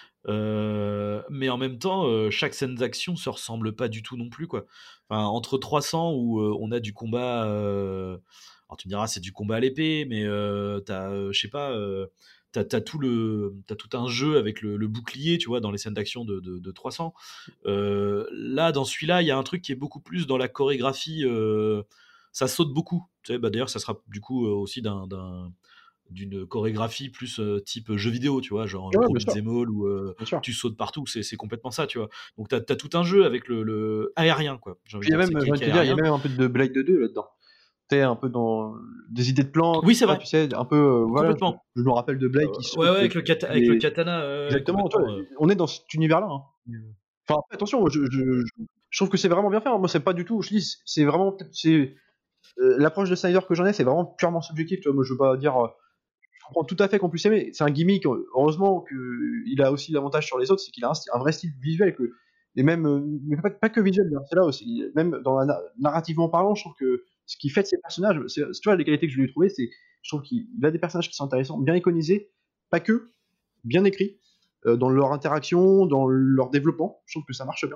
[SPEAKER 2] Mais en même temps, chaque scène d'action se ressemble pas du tout non plus, quoi. Enfin, entre 300 où on a du combat, alors tu me diras c'est du combat à l'épée, mais je sais pas, t'as tout un jeu avec le bouclier, tu vois, dans les scènes d'action de 300. Là, dans celui-là, il y a un truc qui est beaucoup plus dans la chorégraphie. Ça saute beaucoup. Tu sais, bah, d'ailleurs, ça sera du coup aussi d'une chorégraphie plus type jeu vidéo, tu vois, genre
[SPEAKER 3] Ouais,
[SPEAKER 2] gros
[SPEAKER 3] bien sûr,
[SPEAKER 2] beat'em all où
[SPEAKER 3] bien sûr.
[SPEAKER 2] tu sautes partout, c'est complètement ça, tu vois. Donc t'as tout un jeu avec le aérien, quoi. J'ai envie
[SPEAKER 3] Puis
[SPEAKER 2] de
[SPEAKER 3] il y a
[SPEAKER 2] dire,
[SPEAKER 3] même,
[SPEAKER 2] c'est
[SPEAKER 3] j'ai envie de
[SPEAKER 2] qui est
[SPEAKER 3] te dire, il y a
[SPEAKER 2] aérien.
[SPEAKER 3] même un peu de Blade 2 là-dedans. T'es un peu dans des idées de plans,
[SPEAKER 2] Oui, c'est
[SPEAKER 3] tout ça,
[SPEAKER 2] vrai,
[SPEAKER 3] tu sais, un peu, voilà,
[SPEAKER 2] complètement.
[SPEAKER 3] je me rappelle de Blade qui
[SPEAKER 2] Ouais,
[SPEAKER 3] saute,
[SPEAKER 2] ouais, avec le
[SPEAKER 3] et
[SPEAKER 2] katana, ouais,
[SPEAKER 3] exactement, tu vois,
[SPEAKER 2] complètement.
[SPEAKER 3] on est dans cet univers-là, hein. Enfin, après, attention, moi, je trouve que c'est vraiment bien fait, hein. Moi, c'est pas du tout, je dis, c'est vraiment, l'approche de Snyder que j'en ai, c'est vraiment purement subjectif, tu vois. Moi, je veux pas dire, je comprends tout à fait qu'on puisse aimer. C'est un gimmick. Heureusement qu'il a aussi l'avantage sur les autres, c'est qu'il a un vrai style visuel, et même, mais pas que visuel, hein, c'est là aussi. Même dans narrativement parlant, je trouve que ce qui fait de ces personnages, tu vois, les qualités que je lui ai trouvées, je trouve qu'il a des personnages qui sont intéressants, bien iconisés, pas que, bien écrits, dans leur interaction, dans leur développement. Je trouve que ça marche bien.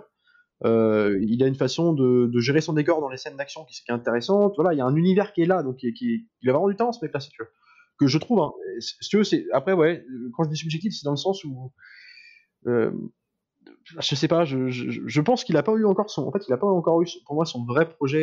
[SPEAKER 3] Il a une façon de gérer son décor dans les scènes d'action qui est intéressante. Voilà, il y a un univers qui est là, donc il a vraiment du temps, ce mec-là, si tu veux. Que je trouve, hein. Si tu veux, après, ouais, quand je dis subjectif, c'est dans le sens où, euh, je sais pas, je pense qu'il a pas eu encore en fait, il a pas encore eu, pour moi, son vrai projet.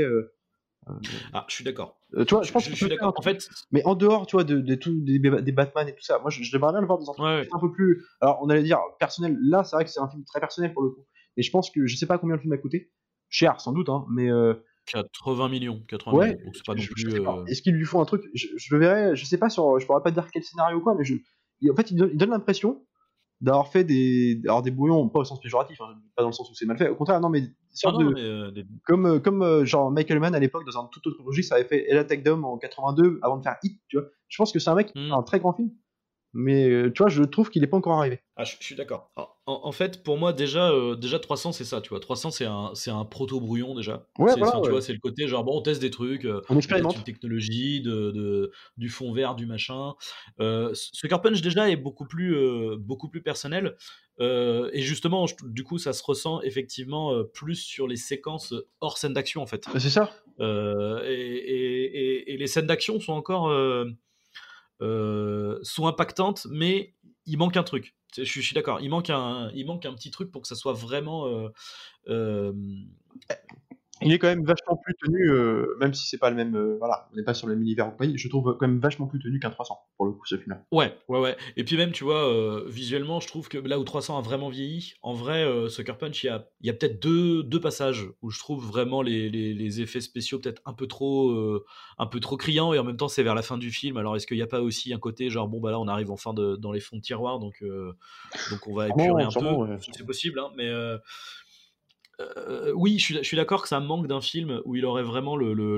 [SPEAKER 2] Ah, je suis d'accord.
[SPEAKER 3] Tu vois, je pense
[SPEAKER 2] Je
[SPEAKER 3] qu'il
[SPEAKER 2] suis
[SPEAKER 3] peut faire un
[SPEAKER 2] d'accord. En
[SPEAKER 3] truc,
[SPEAKER 2] fait,
[SPEAKER 3] mais en dehors, tu vois, des Batman et tout ça. Moi, j'aimerais bien le voir dans un truc
[SPEAKER 2] ouais,
[SPEAKER 3] un peu plus. Alors, on allait dire personnel. Là, c'est vrai que c'est un film très personnel pour le coup. Et je pense que je sais pas combien le film a coûté. Cher, sans doute, hein, mais
[SPEAKER 2] 80 millions, 80
[SPEAKER 3] ouais,
[SPEAKER 2] millions. Donc c'est pas non
[SPEAKER 3] je
[SPEAKER 2] plus.
[SPEAKER 3] sais pas. Est-ce qu'ils lui font un truc, je le verrai, je sais pas je pourrais pas te dire quel scénario ou quoi, mais en fait, il donne l'impression d'avoir fait des brouillons, pas au sens péjoratif, hein, pas dans le sens où c'est mal fait. Au contraire, non, mais des
[SPEAKER 2] Non,
[SPEAKER 3] sortes
[SPEAKER 2] non,
[SPEAKER 3] de,
[SPEAKER 2] mais
[SPEAKER 3] comme genre Michael Mann à l'époque dans un tout autre registre avait fait El Attack Dome en 82 avant de faire Hit, tu vois. Je pense que c'est un mec qui fait un très grand film, mais tu vois, je trouve qu'il est pas encore arrivé.
[SPEAKER 2] Ah, je suis d'accord. En fait, pour moi, déjà 300, c'est ça, tu vois. 300, c'est un proto-brouillon, déjà.
[SPEAKER 3] Ouais, voilà,
[SPEAKER 2] Enfin, tu
[SPEAKER 3] ouais.
[SPEAKER 2] vois, c'est le côté genre, bon, on teste des trucs,
[SPEAKER 3] On
[SPEAKER 2] on teste
[SPEAKER 3] expérimente.
[SPEAKER 2] une technologie, du fond vert, du machin. Sucker Punch, déjà, est beaucoup plus personnel. Et justement, du coup, ça se ressent effectivement plus sur les séquences hors scène d'action, en fait.
[SPEAKER 3] C'est ça.
[SPEAKER 2] Et les scènes d'action sont encore sont impactantes, mais il manque un truc. Je suis d'accord. Il manque un petit truc pour que ça soit vraiment. Euh,
[SPEAKER 3] Il est quand même vachement plus tenu, même si c'est pas le même, voilà, on n'est pas sur le même univers ou compagnie, je trouve quand même vachement plus tenu qu'un 300 pour le coup, ce film-là.
[SPEAKER 2] Ouais, ouais, ouais. Et puis même, tu vois, visuellement, je trouve que là où 300 a vraiment vieilli, en vrai, Sucker Punch, il y a peut-être deux passages où je trouve vraiment les effets spéciaux peut-être un peu trop criants, et en même temps, c'est vers la fin du film. Alors, est-ce qu'il n'y a pas aussi un côté genre, bon, bah là, on arrive enfin dans les fonds de tiroir, donc on va épurer un
[SPEAKER 3] Sûrement,
[SPEAKER 2] peu.
[SPEAKER 3] ouais.
[SPEAKER 2] C'est possible, hein, mais oui, je suis d'accord que ça manque d'un film où il aurait vraiment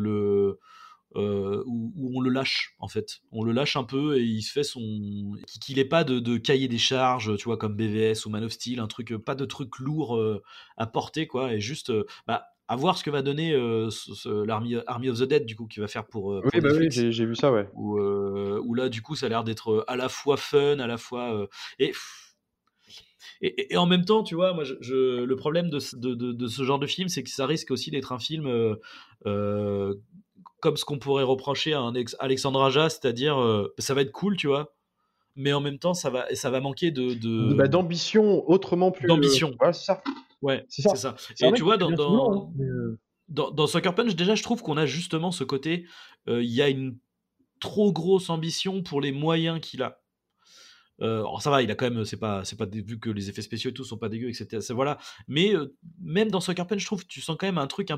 [SPEAKER 2] où on le lâche, en fait. On le lâche un peu et il se fait qu'il ait pas de cahier des charges, tu vois, comme BVS ou Man of Steel, pas de truc lourd à porter, quoi, et juste à voir ce que va donner l'Army of the Dead, du coup, qui va faire
[SPEAKER 3] Oui,
[SPEAKER 2] pour
[SPEAKER 3] bah oui,
[SPEAKER 2] Netflix,
[SPEAKER 3] j'ai vu ça, ouais.
[SPEAKER 2] où là, du coup, ça a l'air d'être à la fois fun, à la fois. Et, et en même temps, tu vois, moi, le problème de ce genre de film, c'est que ça risque aussi d'être un film euh, comme ce qu'on pourrait reprocher à un Alexandre Aja, c'est-à-dire ça va être cool, tu vois, mais en même temps, ça va manquer
[SPEAKER 3] Bah, d'ambition autrement plus,
[SPEAKER 2] d'ambition.
[SPEAKER 3] voilà, c'est ça.
[SPEAKER 2] Ouais,
[SPEAKER 3] C'est ça.
[SPEAKER 2] c'est ça.
[SPEAKER 3] C'est un
[SPEAKER 2] Et
[SPEAKER 3] mec
[SPEAKER 2] tu
[SPEAKER 3] qui
[SPEAKER 2] vois,
[SPEAKER 3] fait bien son boulot, hein, mais
[SPEAKER 2] dans Sucker Punch, déjà, je trouve qu'on a justement ce côté, il y a une trop grosse ambition pour les moyens qu'il a. Alors ça va, il a quand même, vu que les effets spéciaux et tout sont pas dégueux, etc. Voilà. Mais même dans Sucker Punch, je trouve que tu sens quand même un truc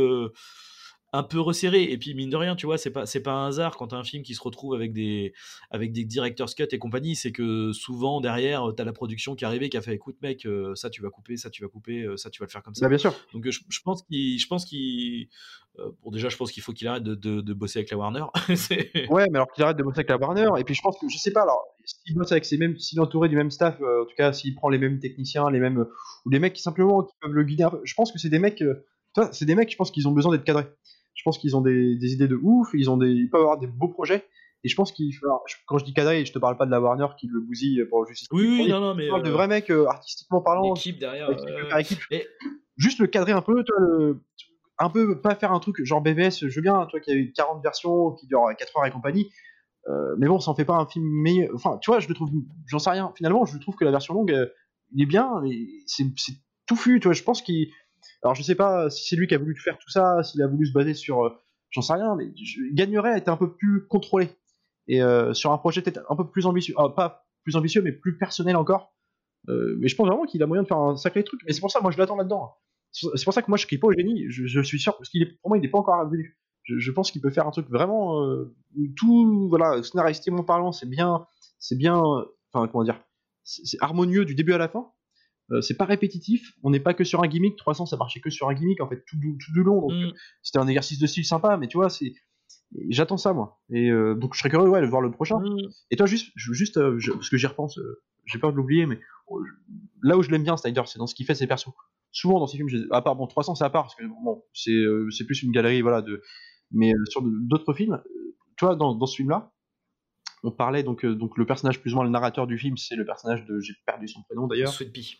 [SPEAKER 2] un peu resserré. Et puis mine de rien, tu vois, c'est pas un hasard quand t'as un film qui se retrouve avec des director's cut et compagnie, c'est que souvent derrière, t'as la production qui est arrivée, qui a fait, écoute mec, ça tu vas couper, ça tu vas couper, ça tu vas le faire comme
[SPEAKER 3] bah,
[SPEAKER 2] ça.
[SPEAKER 3] bien sûr.
[SPEAKER 2] Donc je pense qu'il, bon déjà, je pense qu'il faut qu'il arrête de bosser avec la Warner. C'est-
[SPEAKER 3] Ouais, mais alors qu'il arrête de bosser avec la Warner, et puis je pense que, je sais pas, alors, s'il bosse avec s'il est entouré du même staff, en tout cas, s'il prend les mêmes techniciens, les mêmes, ou les mecs qui simplement qui peuvent le guider un peu, je pense que c'est des mecs, toi, c'est des mecs, je pense qu'ils ont besoin d'être cadrés. Je pense qu'ils ont des idées de ouf, ils peuvent avoir des beaux projets, et je pense quand je dis cadré, je te parle pas de la Warner qui le bousille pour le justice.
[SPEAKER 2] Oui, oui, non, non, mais
[SPEAKER 3] Je parle de vrais mecs, artistiquement parlant,
[SPEAKER 2] l'équipe derrière.
[SPEAKER 3] avec qui peut faire équipe.
[SPEAKER 2] Et
[SPEAKER 3] Juste le cadrer un peu, toi, un peu, pas faire un truc genre BVS, je veux bien, toi qui a eu 40 versions, qui durent 4 heures et compagnie, mais bon, ça en fait pas un film meilleur. Enfin, tu vois, je le trouve, j'en sais rien. Finalement, je trouve que la version longue, il est bien, mais c'est touffu, tu vois. Je pense qu'il. Alors, je sais pas si c'est lui qui a voulu faire tout ça, s'il a voulu se baser sur. J'en sais rien, mais il gagnerait à être un peu plus contrôlé. Et sur un projet peut-être un peu plus ambitieux. Pas plus ambitieux, mais plus personnel encore. Mais je pense vraiment qu'il a moyen de faire un sacré truc. Et c'est pour ça, moi, je l'attends là-dedans. C'est pour ça que moi, je crie pas au génie. Je suis sûr, parce pour moi, il n'est pas encore venu. Je pense qu'il peut faire un truc vraiment où tout, voilà, scénaristiquement parlant, c'est bien, enfin comment dire, c'est harmonieux du début à la fin. C'est pas répétitif. On n'est pas que sur un gimmick. 300, ça marchait que sur un gimmick en fait tout du long. Donc c'était un exercice de style sympa, mais tu vois, j'attends ça moi. Et donc je serais curieux de voir le prochain. Et toi, parce que j'y repense, j'ai peur de l'oublier, mais là où je l'aime bien, Snyder, c'est dans ce qu'il fait ses persos. Souvent dans ces films, à part bon 300, c'est à part parce que bon, c'est plus une galerie, voilà, mais sur d'autres films, tu vois, dans ce film-là, on parlait donc le personnage plus ou moins le narrateur du film, c'est le personnage j'ai perdu son prénom d'ailleurs.
[SPEAKER 2] Sweet Pea.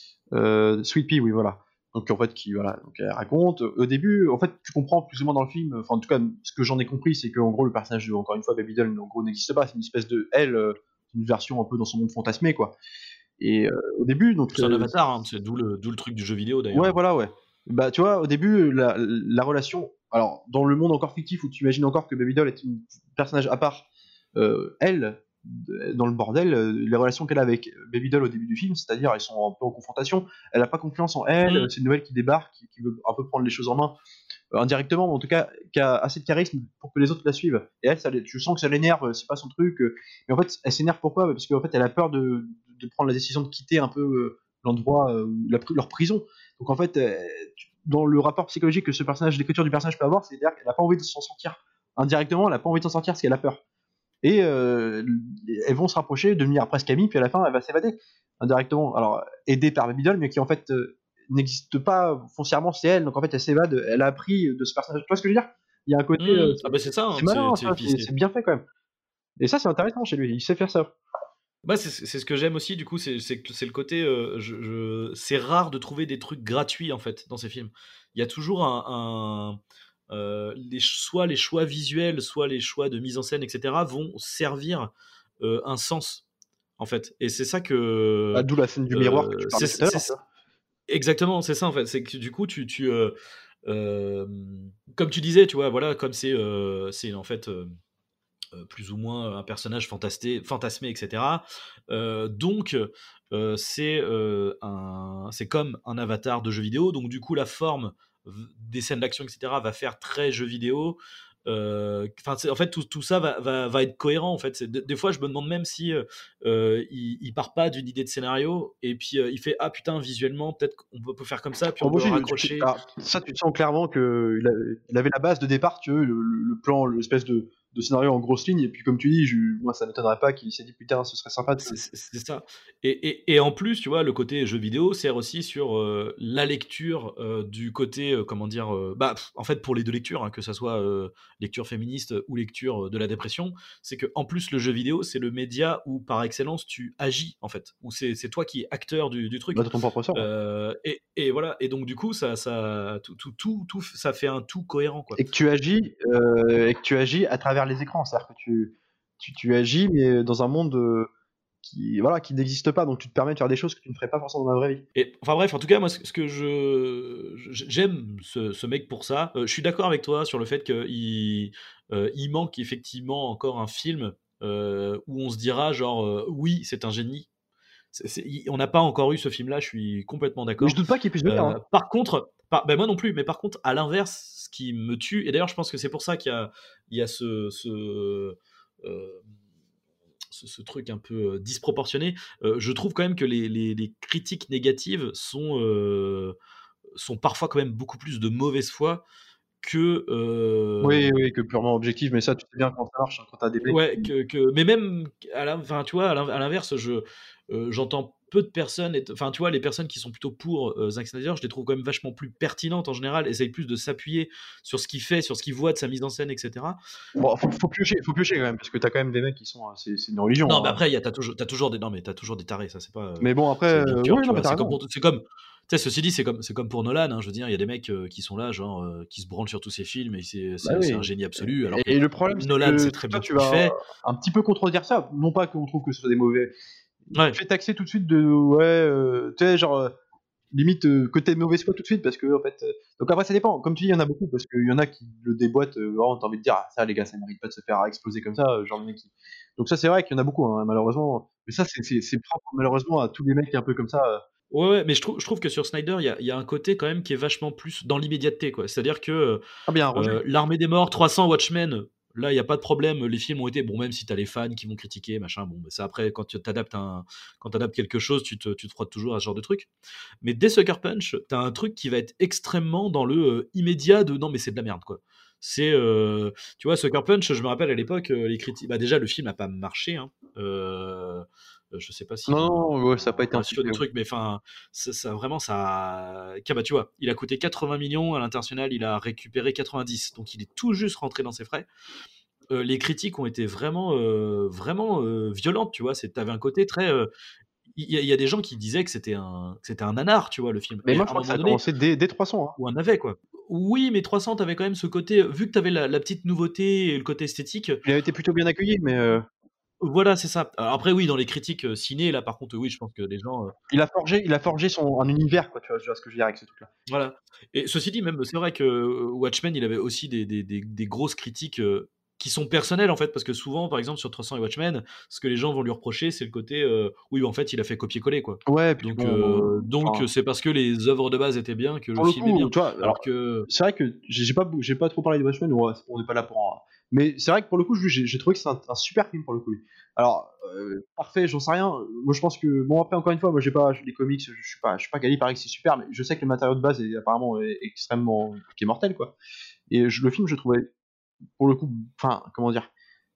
[SPEAKER 3] Sweet Pea, oui, voilà. Donc en fait, donc elle raconte. Au début, en fait, tu comprends plus ou moins dans le film. Enfin, en tout cas, ce que j'en ai compris, c'est qu'en gros, le personnage encore une fois, Baby Doll, en gros, n'existe pas. C'est une espèce de une version un peu dans son monde fantasmé, quoi. Et au début, donc.
[SPEAKER 2] C'est un avatar, hein, c'est d'où le truc du jeu vidéo d'ailleurs.
[SPEAKER 3] Ouais, voilà, ouais. Bah, tu vois, au début, la relation. Alors, dans le monde encore fictif où tu imagines encore que Baby Doll est un personnage à part, elle, dans le bordel, les relations qu'elle a avec Baby Doll au début du film, c'est-à-dire elles sont un peu en confrontation, elle a pas confiance en elle, c'est une nouvelle qui débarque, qui veut un peu prendre les choses en main, indirectement, mais en tout cas, qui a assez de charisme pour que les autres la suivent. Et elle, tu sens que ça l'énerve, c'est pas son truc, mais en fait, elle s'énerve pourquoi ? Parce qu'en fait, elle a peur de prendre la décision de quitter un peu l'endroit, leur prison. Donc en fait, dans le rapport psychologique que l'écriture du personnage peut avoir, c'est-à-dire qu'elle a pas envie de s'en sortir indirectement, elle a pas envie de s'en sortir parce qu'elle a peur. et elles vont se rapprocher, devenir presque amies, puis à la fin elle va s'évader indirectement. Alors aidée par Babydol, mais qui en fait n'existe pas foncièrement, c'est elle. Donc en fait elle s'évade, elle a appris de ce personnage. Tu vois ce que je veux dire? Il y a un côté,
[SPEAKER 2] Ah bah c'est ça,
[SPEAKER 3] c'est
[SPEAKER 2] hein,
[SPEAKER 3] malin, ça,
[SPEAKER 2] puis
[SPEAKER 3] c'est bien fait quand même. Et ça c'est intéressant chez lui, il sait faire ça.
[SPEAKER 2] bah, c'est ce que j'aime aussi, du coup, c'est le côté, c'est rare de trouver des trucs gratuits, en fait, dans ces films. Il y a toujours soit les choix visuels, soit les choix de mise en scène, et cetera, vont servir, un sens, en fait. Et c'est ça
[SPEAKER 3] Bah,
[SPEAKER 2] que,
[SPEAKER 3] d'où la scène du miroir que tu parlais tout à l'heure, tu
[SPEAKER 2] c'est
[SPEAKER 3] vois?
[SPEAKER 2] exactement, c'est ça, en fait. C'est que du coup, comme tu disais, tu vois, voilà, comme c'est en fait, plus ou moins un personnage fantasmé, etc. Donc, c'est comme un avatar de jeu vidéo. Donc, du coup, la forme des scènes d'action, etc., va faire très jeu vidéo. Enfin, en fait, tout ça va être cohérent. En fait, des fois, je me demande même si il part pas d'une idée de scénario et puis il fait ah putain visuellement peut-être qu'on peut faire comme ça puis
[SPEAKER 3] Oh,
[SPEAKER 2] on
[SPEAKER 3] moi
[SPEAKER 2] peut
[SPEAKER 3] aussi,
[SPEAKER 2] raccrocher.
[SPEAKER 3] alors, ça, tu sens clairement qu'il avait la base de départ, tu veux, le plan, l'espèce de scénario en grosses lignes, et puis comme tu dis, moi ça m'étonnerait pas qu'il s'est dit putain, ce serait sympa de.
[SPEAKER 2] C'est ça. Et en plus, tu vois, le côté jeu vidéo sert aussi sur la lecture du côté, comment dire, en fait, pour les deux lectures, hein, que ça soit lecture féministe ou lecture de la dépression, c'est que en plus, le jeu vidéo, c'est le média où, par excellence, tu agis, en fait, où c'est toi qui es acteur du
[SPEAKER 3] Bah,
[SPEAKER 2] truc.
[SPEAKER 3] de ton propre sort. Ouais.
[SPEAKER 2] Et voilà. Et donc, du coup, tout, ça fait un tout cohérent, quoi.
[SPEAKER 3] Et que tu agis à travers les écrans, c'est-à-dire que tu agis, mais dans un monde qui n'existe pas, donc tu te permets de faire des choses que tu ne ferais pas forcément dans la vraie vie.
[SPEAKER 2] Et enfin bref, en tout cas, moi, ce que j'aime ce mec pour ça. Je suis d'accord avec toi sur le fait qu'il il manque effectivement encore un film où on se dira genre oui, c'est un génie. On n'a pas encore eu ce film-là, je suis complètement
[SPEAKER 3] Mais je
[SPEAKER 2] d'accord.
[SPEAKER 3] doute pas qu'il puisse venir, hein.
[SPEAKER 2] Par contre, ben moi non plus, mais par contre, à l'inverse, ce qui me tue, et d'ailleurs, je pense que c'est pour ça qu'il y a euh, ce truc un peu disproportionné, je trouve quand même que les critiques négatives sont parfois quand même beaucoup plus de mauvaise foi que,
[SPEAKER 3] Oui, oui, que purement objectif, mais ça, tu sais bien comment ça marche, hein, quand t'as des mecs
[SPEAKER 2] ouais,
[SPEAKER 3] qui.
[SPEAKER 2] mais même enfin, tu vois, à l'inverse, j'entends peu de personnes, enfin, tu vois, les personnes qui sont plutôt pour Zack Snyder, je les trouve quand même vachement plus pertinentes en général, essayent plus de s'appuyer sur ce qu'il fait, sur ce qu'il voit de sa mise en scène, etc.
[SPEAKER 3] Bon, faut piocher quand même, parce que t'as quand même des mecs qui sont. C'est une religion,
[SPEAKER 2] Non, mais
[SPEAKER 3] hein.
[SPEAKER 2] après, t'as toujours des, non, mais t'as toujours des tarés, ça, c'est pas,
[SPEAKER 3] Mais bon, après,
[SPEAKER 2] c'est bien sûr,
[SPEAKER 3] oui,
[SPEAKER 2] tu
[SPEAKER 3] non, mais
[SPEAKER 2] vois,
[SPEAKER 3] t'as
[SPEAKER 2] c'est comme
[SPEAKER 3] raison.
[SPEAKER 2] c'est comme, tu sais, ceci dit, c'est comme pour Nolan, hein, je veux dire, il y a des mecs qui sont là, genre, qui se branlent sur tous ses films et
[SPEAKER 3] Bah
[SPEAKER 2] c'est un
[SPEAKER 3] oui.
[SPEAKER 2] génie absolu, alors que
[SPEAKER 3] Et le problème, c'est
[SPEAKER 2] Nolan
[SPEAKER 3] que
[SPEAKER 2] sait très
[SPEAKER 3] toi,
[SPEAKER 2] bien ce
[SPEAKER 3] tu
[SPEAKER 2] qu'il
[SPEAKER 3] vas
[SPEAKER 2] fait.
[SPEAKER 3] un petit peu contredire ça. Non pas qu'on trouve que ce soit des mauvais. Il te
[SPEAKER 2] Ouais.
[SPEAKER 3] fait taxer tout de suite de ouais, tu sais, genre limite que t'es de mauvaise foi tout de suite parce que en fait. Donc après, ça dépend. Comme tu dis, il y en a beaucoup parce qu'il y en a qui le déboîtent. Vraiment, t'as envie de dire ah, ça, les gars, ça mérite pas de se faire exploser comme ça. Genre le mec qui. Donc ça, c'est vrai qu'il y en a beaucoup, hein, malheureusement. Mais ça, c'est propre malheureusement à tous les mecs un peu comme ça.
[SPEAKER 2] Ouais, ouais, mais je trouve que sur Snyder, il y a un côté quand même qui est vachement plus dans l'immédiateté, quoi. C'est-à-dire que
[SPEAKER 3] Ah bien, Roger.
[SPEAKER 2] L'Armée des Morts, 300, Watchmen, là, il y a pas de problème. Les films ont été, bon, même si t'as les fans qui vont critiquer, machin, bon, bah, ça après, quand t'adaptes quelque chose, tu te frottes toujours à ce genre de truc. Mais dès Sucker Punch, t'as un truc qui va être extrêmement dans le immédiat de non, mais c'est de la merde, quoi. Tu vois, Sucker Punch, je me rappelle à l'époque, les critiques, bah déjà, le film n'a pas marché, hein. Je sais pas s'il
[SPEAKER 3] Non,
[SPEAKER 2] a
[SPEAKER 3] non, ouais, ça n'a pas été un
[SPEAKER 2] ratio
[SPEAKER 3] succès.
[SPEAKER 2] des
[SPEAKER 3] Ouais.
[SPEAKER 2] trucs, mais enfin, ça vraiment, bah, tu vois, il a coûté 80 millions à l'international, il a récupéré 90, donc il est tout juste rentré dans ses frais. Les critiques ont été vraiment violentes, tu vois. T'avais un côté très. Il y a des gens qui disaient que c'était un nanar, tu vois, le film.
[SPEAKER 3] Mais
[SPEAKER 2] Et
[SPEAKER 3] moi,
[SPEAKER 2] à
[SPEAKER 3] je
[SPEAKER 2] un
[SPEAKER 3] crois que ça
[SPEAKER 2] moment
[SPEAKER 3] a
[SPEAKER 2] donné,
[SPEAKER 3] commencé dès 300. Hein.
[SPEAKER 2] ou un navet, quoi. Oui, mais 300, t'avais quand même ce côté, vu que t'avais la petite nouveauté et le côté esthétique,
[SPEAKER 3] Il a été plutôt bien accueilli, mais
[SPEAKER 2] voilà, c'est ça. Alors après, oui, dans les critiques ciné, là, par contre, oui, je pense que les gens.
[SPEAKER 3] il a forgé un univers, quoi. Tu vois ce que je veux dire avec ce truc-là.
[SPEAKER 2] Voilà. Et ceci dit, même, c'est vrai que Watchmen, il avait aussi des grosses critiques qui sont personnelles, en fait, parce que souvent, par exemple, sur 300 et Watchmen, ce que les gens vont lui reprocher, c'est le côté oui, en fait, il a fait copier-coller, quoi.
[SPEAKER 3] Ouais, puis
[SPEAKER 2] Donc,
[SPEAKER 3] bon,
[SPEAKER 2] donc
[SPEAKER 3] enfin,
[SPEAKER 2] c'est parce que les œuvres de base étaient bien que le
[SPEAKER 3] pour le
[SPEAKER 2] film est
[SPEAKER 3] coup,
[SPEAKER 2] bien.
[SPEAKER 3] tu vois, alors
[SPEAKER 2] Alors que.
[SPEAKER 3] c'est vrai que j'ai pas trop parlé de Watchmen, on n'est pas là pour. Mais c'est vrai que pour le coup, j'ai trouvé que c'est un super film pour le coup. Alors, parfait, j'en sais rien. Moi, je pense que bon après encore une fois, moi j'ai pas les comics, je suis pas calé, il paraît que c'est super, mais je sais que le matériau de base est apparemment extrêmement qui est mortel quoi. Et le film, je trouvais pour le coup, enfin comment dire,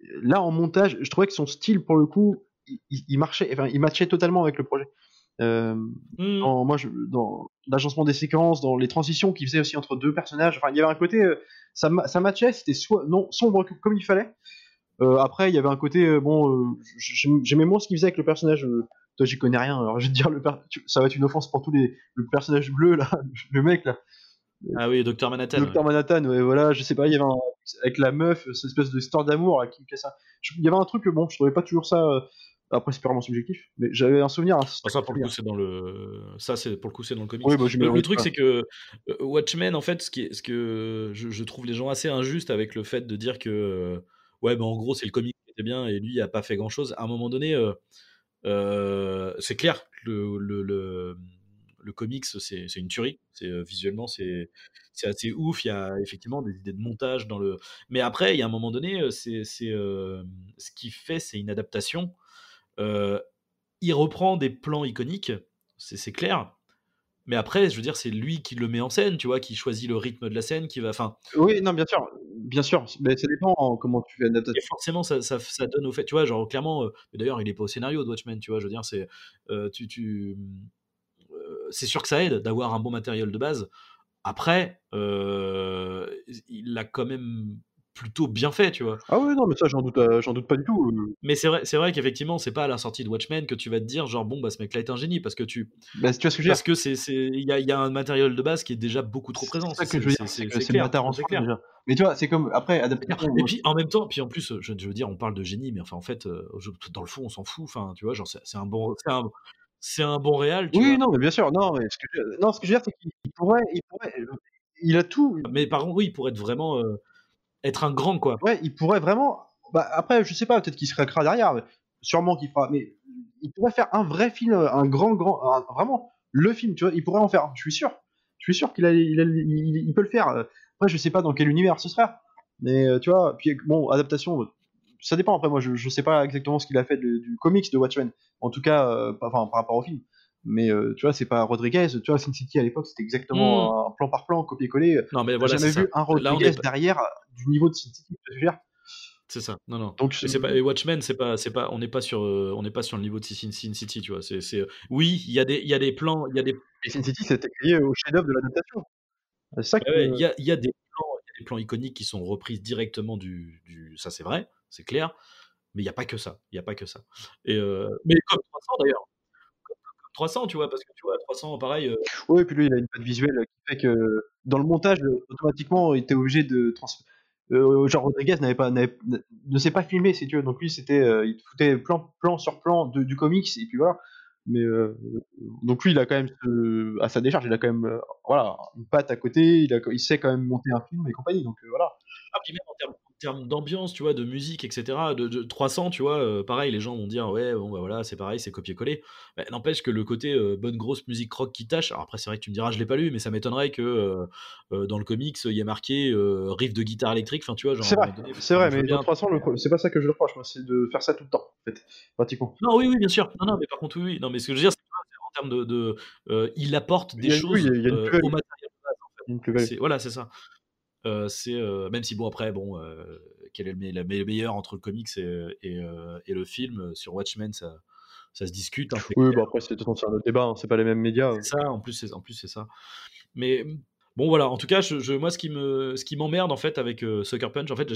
[SPEAKER 3] là en montage, je trouvais que son style pour le coup, il marchait, enfin il matchait totalement avec le projet.
[SPEAKER 2] Mmh.
[SPEAKER 3] Dans l'agencement des séquences, dans les transitions qu'il faisait aussi entre deux personnages, enfin il y avait un côté, ça matchait, c'était soit non sombre comme il fallait. Après, il y avait un côté, j'aimais moins ce qu'il faisait avec le personnage. Toi, j'y connais rien, alors je vais te dire, ça va être une offense pour tous le personnage bleu, là, le mec, là,
[SPEAKER 2] Ah oui, Docteur Manhattan.
[SPEAKER 3] Docteur
[SPEAKER 2] Ouais.
[SPEAKER 3] Manhattan, ouais, voilà, je sais pas, il y avait avec la meuf, cette espèce de histoire d'amour, là, il y avait un truc, bon, je trouvais pas toujours ça, après, c'est purement subjectif, mais j'avais un souvenir.
[SPEAKER 2] Oh, ça pour le coup c'est dans le comics.
[SPEAKER 3] Oui, bah,
[SPEAKER 2] Le,
[SPEAKER 3] oui,
[SPEAKER 2] le truc c'est que Watchmen en fait ce que je trouve les gens assez injustes avec le fait de dire que ouais bah en gros c'est le comic qui était bien et lui il a pas fait grand chose. À un moment donné c'est clair que le comics c'est une tuerie. Visuellement c'est assez ouf. Il y a effectivement des idées de montage dans le. Mais après il y a un moment donné ce qu'il fait c'est une adaptation. Euh, il reprend des plans iconiques, c'est clair. Mais après, je veux dire, c'est lui qui le met en scène, tu vois, qui choisit le rythme de la scène, qui va. Enfin,
[SPEAKER 3] Oui, non, bien sûr, mais ça dépend comment tu fais
[SPEAKER 2] et
[SPEAKER 3] l'adaptation.
[SPEAKER 2] forcément, ça donne au fait, tu vois, genre clairement. Mais d'ailleurs, il est pas au scénario de Watchmen, tu vois. Je veux dire, c'est sûr que ça aide d'avoir un bon matériel de base. Après, il l'a quand même plutôt bien fait, tu vois.
[SPEAKER 3] Ah oui, non, mais ça, j'en doute pas du tout.
[SPEAKER 2] Mais c'est vrai qu'effectivement, c'est pas à la sortie de Watchmen que tu vas te dire, genre, bon, bah, ce mec-là est un génie,
[SPEAKER 3] Bah, tu vois ce que je veux dire?
[SPEAKER 2] parce que il y a un matériel de base qui est déjà beaucoup trop
[SPEAKER 3] C'est
[SPEAKER 2] présent.
[SPEAKER 3] ça que je veux dire, c'est que
[SPEAKER 2] C'est
[SPEAKER 3] c'est le
[SPEAKER 2] clair,
[SPEAKER 3] bâtard en
[SPEAKER 2] c'est
[SPEAKER 3] soi
[SPEAKER 2] clair.
[SPEAKER 3] déjà. Mais tu vois, c'est comme après
[SPEAKER 2] C'est clair.
[SPEAKER 3] adaptation.
[SPEAKER 2] Et puis en même temps, puis en plus, je veux dire, on parle de génie, mais enfin en fait, dans le fond, on s'en fout. Enfin, tu vois, genre c'est un bon réal, tu
[SPEAKER 3] Oui,
[SPEAKER 2] vois.
[SPEAKER 3] non, mais bien sûr, non, mais ce que je veux dire, c'est qu'il pourrait, il a tout.
[SPEAKER 2] Mais par contre, oui, pour être vraiment, être un grand quoi.
[SPEAKER 3] Ouais, il pourrait vraiment. Bah, après, je sais pas, peut-être qu'il se craquera derrière, sûrement qu'il fera. Mais il pourrait faire un vrai film, un vraiment le film, tu vois. Il pourrait en faire. Je suis sûr. Je suis sûr il peut le faire. Après, je sais pas dans quel univers ce sera. Mais tu vois, puis bon, adaptation, ça dépend. Après, moi, je sais pas exactement ce qu'il a fait du comics de Watchmen. En tout cas, enfin, par rapport au film. Mais tu vois, c'est pas Rodriguez. Tu vois, Sin City à l'époque, c'était
[SPEAKER 2] Mmh.
[SPEAKER 3] exactement un plan par plan, copier-coller.
[SPEAKER 2] Non, mais
[SPEAKER 3] T'as
[SPEAKER 2] voilà, c'est
[SPEAKER 3] jamais vu
[SPEAKER 2] ça.
[SPEAKER 3] un
[SPEAKER 2] Là, on est
[SPEAKER 3] Rodriguez
[SPEAKER 2] pas
[SPEAKER 3] derrière du niveau de Sin City, tu vois ce que je veux dire.
[SPEAKER 2] c'est ça. Non, non.
[SPEAKER 3] Donc,
[SPEAKER 2] Et c'est pas et Watchmen, c'est pas on n'est pas sur le niveau de Sin City, tu vois. Oui, il y a des plans, il y a des
[SPEAKER 3] et Sin City, c'était lié au chef-d'œuvre de l'adaptation. C'est ça
[SPEAKER 2] ouais,
[SPEAKER 3] qui
[SPEAKER 2] ouais,
[SPEAKER 3] me.
[SPEAKER 2] il y a des plans iconiques qui sont repris directement ça c'est vrai, c'est clair, mais il y a pas que ça, il y a pas que ça. Mais comme 300 d'ailleurs, comme 300, tu vois? Parce que tu vois 300 pareil,
[SPEAKER 3] Oui, et puis lui, il a une patte visuelle qui fait que dans le montage, automatiquement, il était obligé de genre Rodriguez ne sait pas filmer, si tu veux. Donc lui, il te foutait plan sur plan du comics, et puis voilà. Mais donc lui, il a quand même à sa décharge, il a quand même voilà, une patte à côté, il sait quand même monter un film et compagnie. Donc voilà.
[SPEAKER 2] ah puis même en termes d'ambiance, tu vois? De musique et cetera, de 300, tu vois? Pareil, les gens vont dire: «Ouais, bon, bah, voilà, c'est pareil, c'est copier-coller». Bah, n'empêche que le côté, bonne grosse musique rock qui tâche, alors après c'est vrai que tu me diras, je l'ai pas lu, mais ça m'étonnerait que, dans le comics, il y ait marqué, riff de guitare électrique, enfin, tu vois? Genre à un moment donné,
[SPEAKER 3] C'est
[SPEAKER 2] bon,
[SPEAKER 3] vrai,
[SPEAKER 2] je veux
[SPEAKER 3] mais dans
[SPEAKER 2] bien.
[SPEAKER 3] 300, c'est pas ça que je le reproche, moi, c'est de faire ça tout le temps, en fait, pratiquement.
[SPEAKER 2] Non, oui, oui, bien sûr. Non, non, mais par contre, oui, oui. Non, mais ce que je veux dire, c'est en termes il apporte des
[SPEAKER 3] Oui,
[SPEAKER 2] choses,
[SPEAKER 3] il y a une
[SPEAKER 2] au
[SPEAKER 3] plus-value.
[SPEAKER 2] matériel de base, en fait.
[SPEAKER 3] Il y a une plus-value.
[SPEAKER 2] Voilà, c'est ça. Même si bon après bon, quel est le meilleur entre le comics et le film, sur Watchmen, ça se discute, hein, c'est
[SPEAKER 3] Oui,
[SPEAKER 2] clair.
[SPEAKER 3] bah après, de toute façon, c'est un autre débat, hein, c'est pas les mêmes médias.
[SPEAKER 2] C'est ça, en plus c'est ça. Mais bon voilà, en tout cas, moi ce qui m'emmerde en fait avec Sucker Punch, en fait,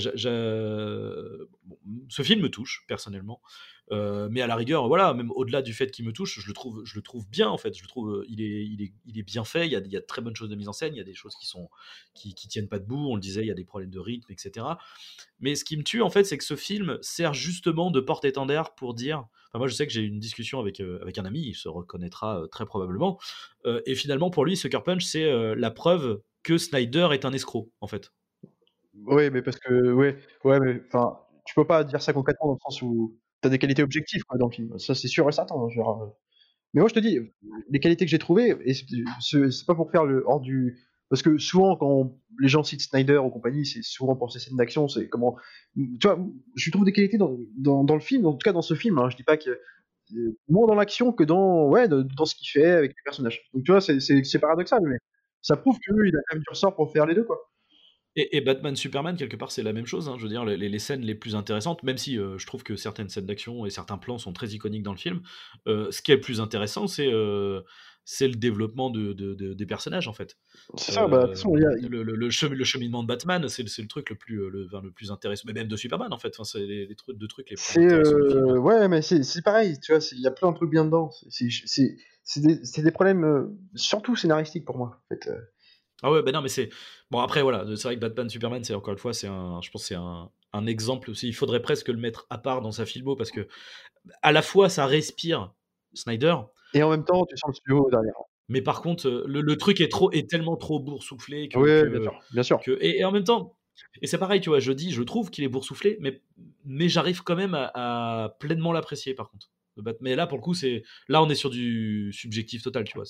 [SPEAKER 2] bon, ce film me touche personnellement, mais à la rigueur, voilà, même au-delà du fait qu'il me touche, je le trouve bien en fait. Je le trouve, il est bien fait. Il y a de très bonnes choses de mise en scène. Il y a des choses qui tiennent pas debout. On le disait, il y a des problèmes de rythme, etc. Mais ce qui me tue, en fait, c'est que ce film sert justement de porte-étendard pour dire. Enfin, moi, je sais que j'ai eu une discussion avec un ami, il se reconnaîtra très probablement. Et finalement, pour lui, Sucker Punch, c'est la preuve que Snyder est un escroc, en fait.
[SPEAKER 3] Oui, mais parce que, ouais, mais enfin, tu peux pas dire ça concrètement dans le sens où t'as des qualités objectives, quoi, dans le film. Ça, c'est sûr et certain, hein, genre, mais moi, je te dis, les qualités que j'ai trouvées, et c'est pas pour faire le hors du. Parce que souvent, quand les gens citent Snyder ou compagnie, c'est souvent pour ses scènes d'action, c'est comment. Tu vois, je trouve des qualités dans le film, en tout cas dans ce film, hein, je dis pas que. Moins dans l'action que dans ce qu'il fait avec les personnages. Donc tu vois, c'est paradoxal, mais ça prouve qu'il a quand même du ressort pour faire les deux, quoi.
[SPEAKER 2] Et Batman Superman, quelque part, c'est la même chose, hein. Je veux dire, les scènes les plus intéressantes, même si je trouve que certaines scènes d'action et certains plans sont très iconiques dans le film, ce qui est le plus intéressant, c'est le développement des personnages, en fait.
[SPEAKER 3] C'est ça, bah, de toute façon,
[SPEAKER 2] Le cheminement de Batman, c'est le truc le plus, enfin, le plus intéressant, mais même de Superman, en fait. Enfin, c'est les deux trucs les plus
[SPEAKER 3] c'est
[SPEAKER 2] intéressants du film, hein.
[SPEAKER 3] ouais, mais c'est pareil, tu vois, il y a plein de trucs bien dedans. C'est des problèmes surtout scénaristiques pour moi, en fait.
[SPEAKER 2] Ah ouais, ben non, mais c'est. Bon, après, voilà, c'est vrai que Batman Superman, c'est encore une fois, je pense que c'est un exemple aussi. Il faudrait presque le mettre à part dans sa filmo parce que, à la fois, ça respire Snyder,
[SPEAKER 3] Et en même temps, tu sens le studio derrière.
[SPEAKER 2] mais par contre, le truc est tellement trop boursouflé
[SPEAKER 3] Ouais, bien sûr, bien sûr.
[SPEAKER 2] et en même temps, et c'est pareil, tu vois, je trouve qu'il est boursouflé, mais j'arrive quand même à pleinement l'apprécier, par contre. Mais là, pour le coup, là, on est sur du subjectif total, tu vois.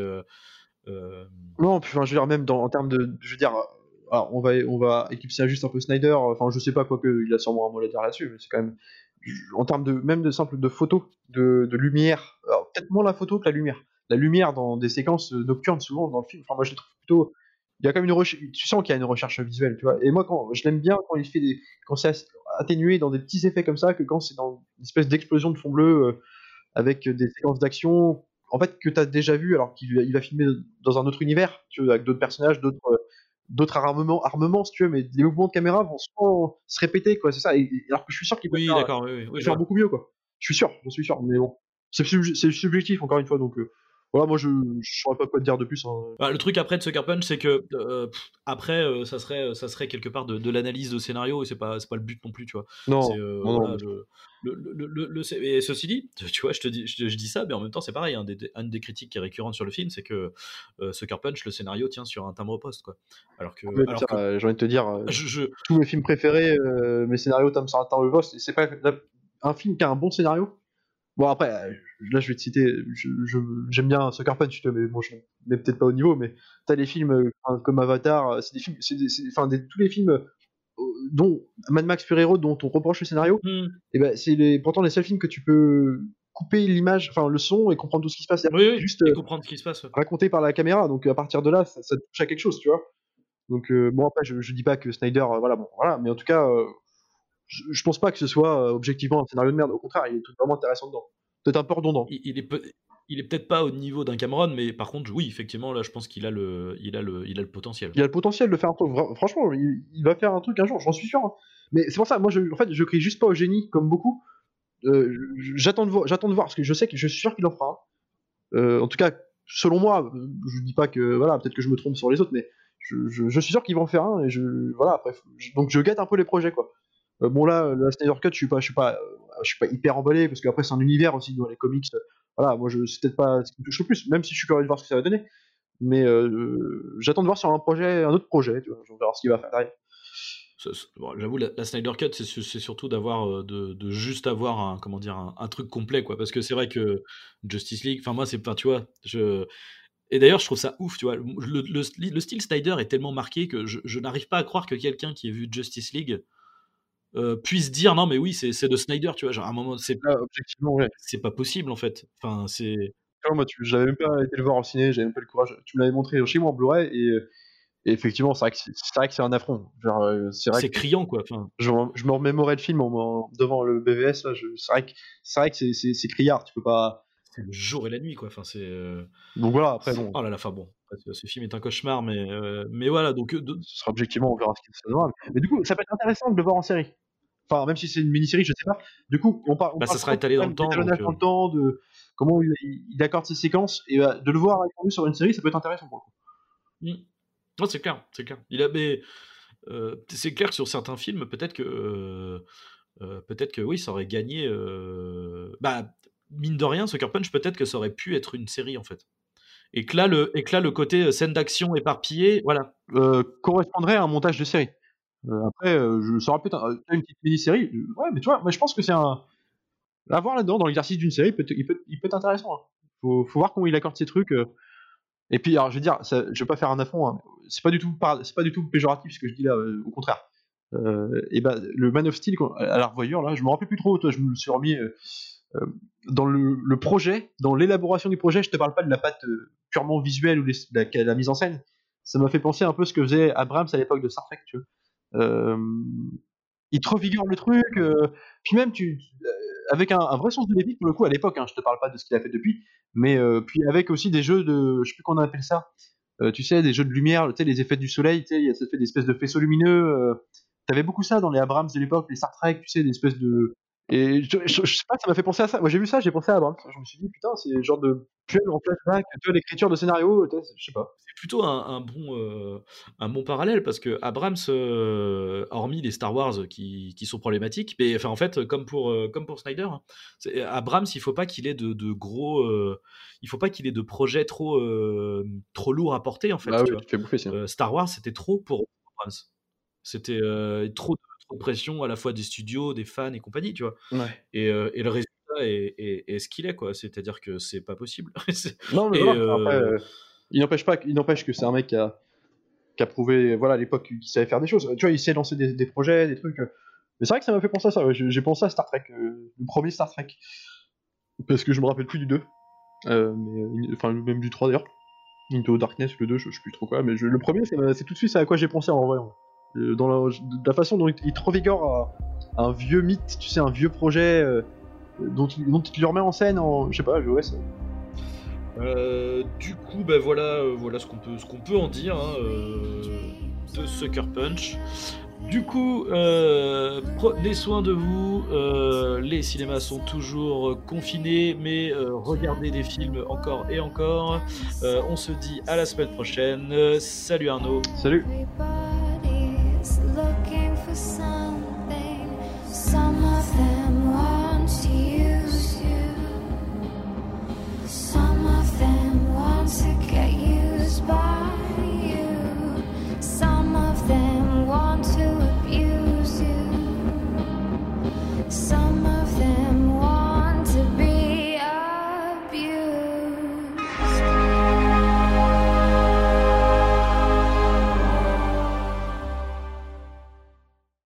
[SPEAKER 2] Euh,
[SPEAKER 3] Non, puis enfin, je veux dire, même en termes de. Je veux dire, alors, on va éclipser juste un peu Snyder, enfin, je sais pas, quoi que il a sûrement un mot à dire là-dessus, mais c'est quand même. En termes de même de simple de photos, de lumière, alors peut-être moins la photo que la lumière. La lumière dans des séquences nocturnes, souvent dans le film, enfin, moi je le trouve plutôt. Il y a quand même une recherche, tu sens qu'il y a une recherche visuelle, tu vois. Et moi, je l'aime bien quand il fait quand c'est atténué dans des petits effets comme ça, que quand c'est dans une espèce d'explosion de fond bleu avec des séquences d'action en fait que tu as déjà vu alors qu'il va filmer dans un autre univers, tu vois, avec d'autres personnages, d'autres armements si tu veux, mais les mouvements de caméra vont souvent se répéter quoi, c'est ça. Alors que je suis sûr qu'il va
[SPEAKER 2] oui, d'accord, oui, oui, oui, je
[SPEAKER 3] faire
[SPEAKER 2] vois.
[SPEAKER 3] beaucoup mieux quoi. Je suis sûr, j'en suis sûr, mais bon, c'est subjectif encore une fois, donc voilà, moi je saurais pas quoi te dire de plus, hein.
[SPEAKER 2] Bah, le truc après de Sucker Punch, c'est que après, ça serait quelque part de l'analyse de scénario et c'est pas le but non plus, tu vois. C'est
[SPEAKER 3] Non, non, non,
[SPEAKER 2] voilà, et ceci dit, tu vois, je dis ça, mais en même temps, c'est pareil. Une des critiques qui est récurrente sur le film, c'est que Sucker Punch, le scénario tient sur un timbre-poste, quoi.
[SPEAKER 3] mais
[SPEAKER 2] Alors
[SPEAKER 3] putain,
[SPEAKER 2] que
[SPEAKER 3] j'ai envie de te dire,
[SPEAKER 2] je,
[SPEAKER 3] tous mes films préférés, mes scénarios Tom Saratan le Boss, c'est pas un film qui a un bon scénario. Bon, après, là, je vais te citer, j'aime bien Sucker Punch, tu vois, mais bon, je mets peut-être pas au niveau, mais t'as les films comme Avatar, c'est des films, enfin, tous les films dont Mad Max Fury Road, dont on reproche le scénario,
[SPEAKER 2] Hmm.
[SPEAKER 3] et ben, pourtant les seuls films que tu peux couper l'image, enfin, le son et comprendre tout ce qui se passe,
[SPEAKER 2] Oui,
[SPEAKER 3] c'est
[SPEAKER 2] oui,
[SPEAKER 3] juste
[SPEAKER 2] et comprendre ce qui se passe. Ouais.
[SPEAKER 3] raconté par la caméra, donc à partir de là, ça te touche à quelque chose, tu vois. Donc, bon, après, je dis pas que Snyder, voilà, bon, voilà, mais en tout cas, je pense pas que ce soit objectivement un scénario de merde. Au contraire, il y a des trucs vraiment intéressants dedans. Peut-être un peu redondant.
[SPEAKER 2] Il est peut-être pas au niveau d'un Cameron, mais par contre, oui, effectivement, là, je pense qu'il a le potentiel.
[SPEAKER 3] Il a le potentiel de faire un truc. Franchement, il va faire un truc un jour, j'en suis sûr, hein. Mais c'est pour ça, moi, en fait, je crie juste pas au génie comme beaucoup. J'attends de voir, parce que je suis sûr qu'il en fera un. En tout cas, selon moi, je dis pas que voilà, peut-être que je me trompe sur les autres, mais je suis sûr qu'il va en faire un. Et voilà, après, donc je guette un peu les projets, quoi. Bon là, la Snyder Cut, je suis pas hyper emballé parce qu'après c'est un univers aussi dans les comics. Voilà, moi c'est peut-être pas ce qui me touche le plus, même si je suis curieux de voir ce que ça va donner. Mais j'attends de voir sur un autre projet, tu vois, je vais voir ce qu'il va faire derrière.
[SPEAKER 2] Bon, j'avoue, la Snyder Cut, c'est surtout d'avoir de juste avoir comment dire, un truc complet, quoi. Parce que c'est vrai que Justice League, enfin moi, enfin, tu vois, et d'ailleurs, je trouve ça ouf, tu vois. Le style Snyder est tellement marqué que je n'arrive pas à croire que quelqu'un qui ait vu Justice League puisse dire non, mais oui, c'est de Snyder, tu vois. Genre, à un moment,
[SPEAKER 3] Là, objectivement, ouais.
[SPEAKER 2] c'est pas possible, en fait. Enfin,
[SPEAKER 3] Tu vois, moi, j'avais même pas été le voir au ciné, j'avais même pas le courage. Tu me l'avais montré chez moi en Blu-ray et effectivement, c'est vrai que c'est un affront. Genre, c'est vrai
[SPEAKER 2] c'est
[SPEAKER 3] que
[SPEAKER 2] criant, quoi. Enfin,
[SPEAKER 3] je me remémorais le film devant le BVS. Là, c'est vrai que c'est criard. Tu peux pas.
[SPEAKER 2] c'est le jour et la nuit, quoi. Enfin,
[SPEAKER 3] Donc voilà. Après, bon,
[SPEAKER 2] oh là là, enfin bon, ce film est un cauchemar, mais voilà, donc
[SPEAKER 3] ce sera objectivement, on verra ce qui se donnera. Mais du coup, ça peut être intéressant de le voir en série. Enfin, même si c'est une mini-série, je sais pas. Du coup, on
[SPEAKER 2] bah,
[SPEAKER 3] parle
[SPEAKER 2] ça sera
[SPEAKER 3] souvent
[SPEAKER 2] étalé
[SPEAKER 3] quand
[SPEAKER 2] dans
[SPEAKER 3] même
[SPEAKER 2] le temps, donc
[SPEAKER 3] d'étalonnage dans le temps, de comment il accorde ses séquences, et de le voir étendu sur une série, ça peut être intéressant pour
[SPEAKER 2] mmh. Non, c'est clair, c'est clair. Mais c'est clair que sur certains films, peut-être que oui, ça aurait gagné, bah, mine de rien, Sucker Punch, peut-être que ça aurait pu être une série, en fait. Et que là, le côté, scène d'action éparpillée, voilà.
[SPEAKER 3] le coup. Correspondrait à un montage de série. Après, ça aurait peut-être une petite mini-série. Ouais, mais tu vois, moi je pense que c'est un. À voir là-dedans, dans l'exercice d'une série, il peut être intéressant, hein. Faut voir comment il accorde ses trucs. Et puis, alors, je vais dire, je vais pas faire un affront, hein, mais c'est pas du tout péjoratif ce que je dis là, au contraire. Et ben, le Man of Steel, à la revoyure, là, je me rappelle plus trop, toi, je me suis remis euh, dans le projet, dans l'élaboration du projet, je te parle pas de la patte purement visuelle ou la mise en scène, ça m'a fait penser un peu ce que faisait Abrams à l'époque de Star Trek, tu vois. Il te revigore le truc, puis même avec un vrai sens de l'épique pour le coup à l'époque, hein, je te parle pas de ce qu'il a fait depuis, mais puis avec aussi des jeux de, je sais plus comment on appelle ça, tu sais, des jeux de lumière, tu sais, les effets du soleil, tu sais, ça fait des espèces de faisceaux lumineux. T'avais beaucoup ça dans les Abrams de l'époque, les Star Trek, tu sais, des espèces de. Et je sais pas, ça m'a fait penser à ça. Moi j'ai vu ça, j'ai pensé à Abrams. Je me suis dit, putain, c'est le genre de duel en flashback, tu vois, l'écriture de scénario, je sais pas.
[SPEAKER 2] C'est plutôt un bon parallèle parce que Abrams, hormis les Star Wars qui sont problématiques, mais enfin en fait comme pour Snyder, hein, Abrams il faut pas qu'il ait de gros, il faut pas qu'il ait de projets trop lourds à porter en fait.
[SPEAKER 3] Bah
[SPEAKER 2] Tu
[SPEAKER 3] oui,
[SPEAKER 2] vois.
[SPEAKER 3] tu te fais bouffer, sinon.
[SPEAKER 2] Star Wars c'était trop pour Abrams, c'était trop de pression à la fois des studios, des fans et compagnie, tu vois.
[SPEAKER 3] Ouais.
[SPEAKER 2] Et le résultat est ce qu'il est quoi, c'est-à-dire que c'est pas possible.
[SPEAKER 3] Non, mais
[SPEAKER 2] Et
[SPEAKER 3] voilà, après, il n'empêche que c'est un mec qui a prouvé, voilà, à l'époque qu'il savait faire des choses. Tu vois, il sait lancer des projets, des trucs. Mais c'est vrai que ça m'a fait penser à ça. Ouais. J'ai pensé à Star Trek, le premier Star Trek, parce que je me rappelle plus du 2, enfin même du 3 d'ailleurs. Into Darkness, le 2, je sais plus trop quoi, mais le premier, c'est tout de suite à quoi j'ai pensé en vrai. Dans la façon dont il te revigore à un vieux mythe, tu sais, un vieux projet dont il le remet en scène je sais pas, ouais,
[SPEAKER 2] du coup, bah voilà ce qu'on peut en dire hein, de Sucker Punch. Du coup, prenez soin de vous. Les cinémas sont toujours confinés, mais regardez des films encore et encore. On se dit à la semaine prochaine. Salut Arnaud.
[SPEAKER 3] Salut.
[SPEAKER 4] Looking for something, some of them want to use you, some of them want to get used by you, some of them want to abuse you, some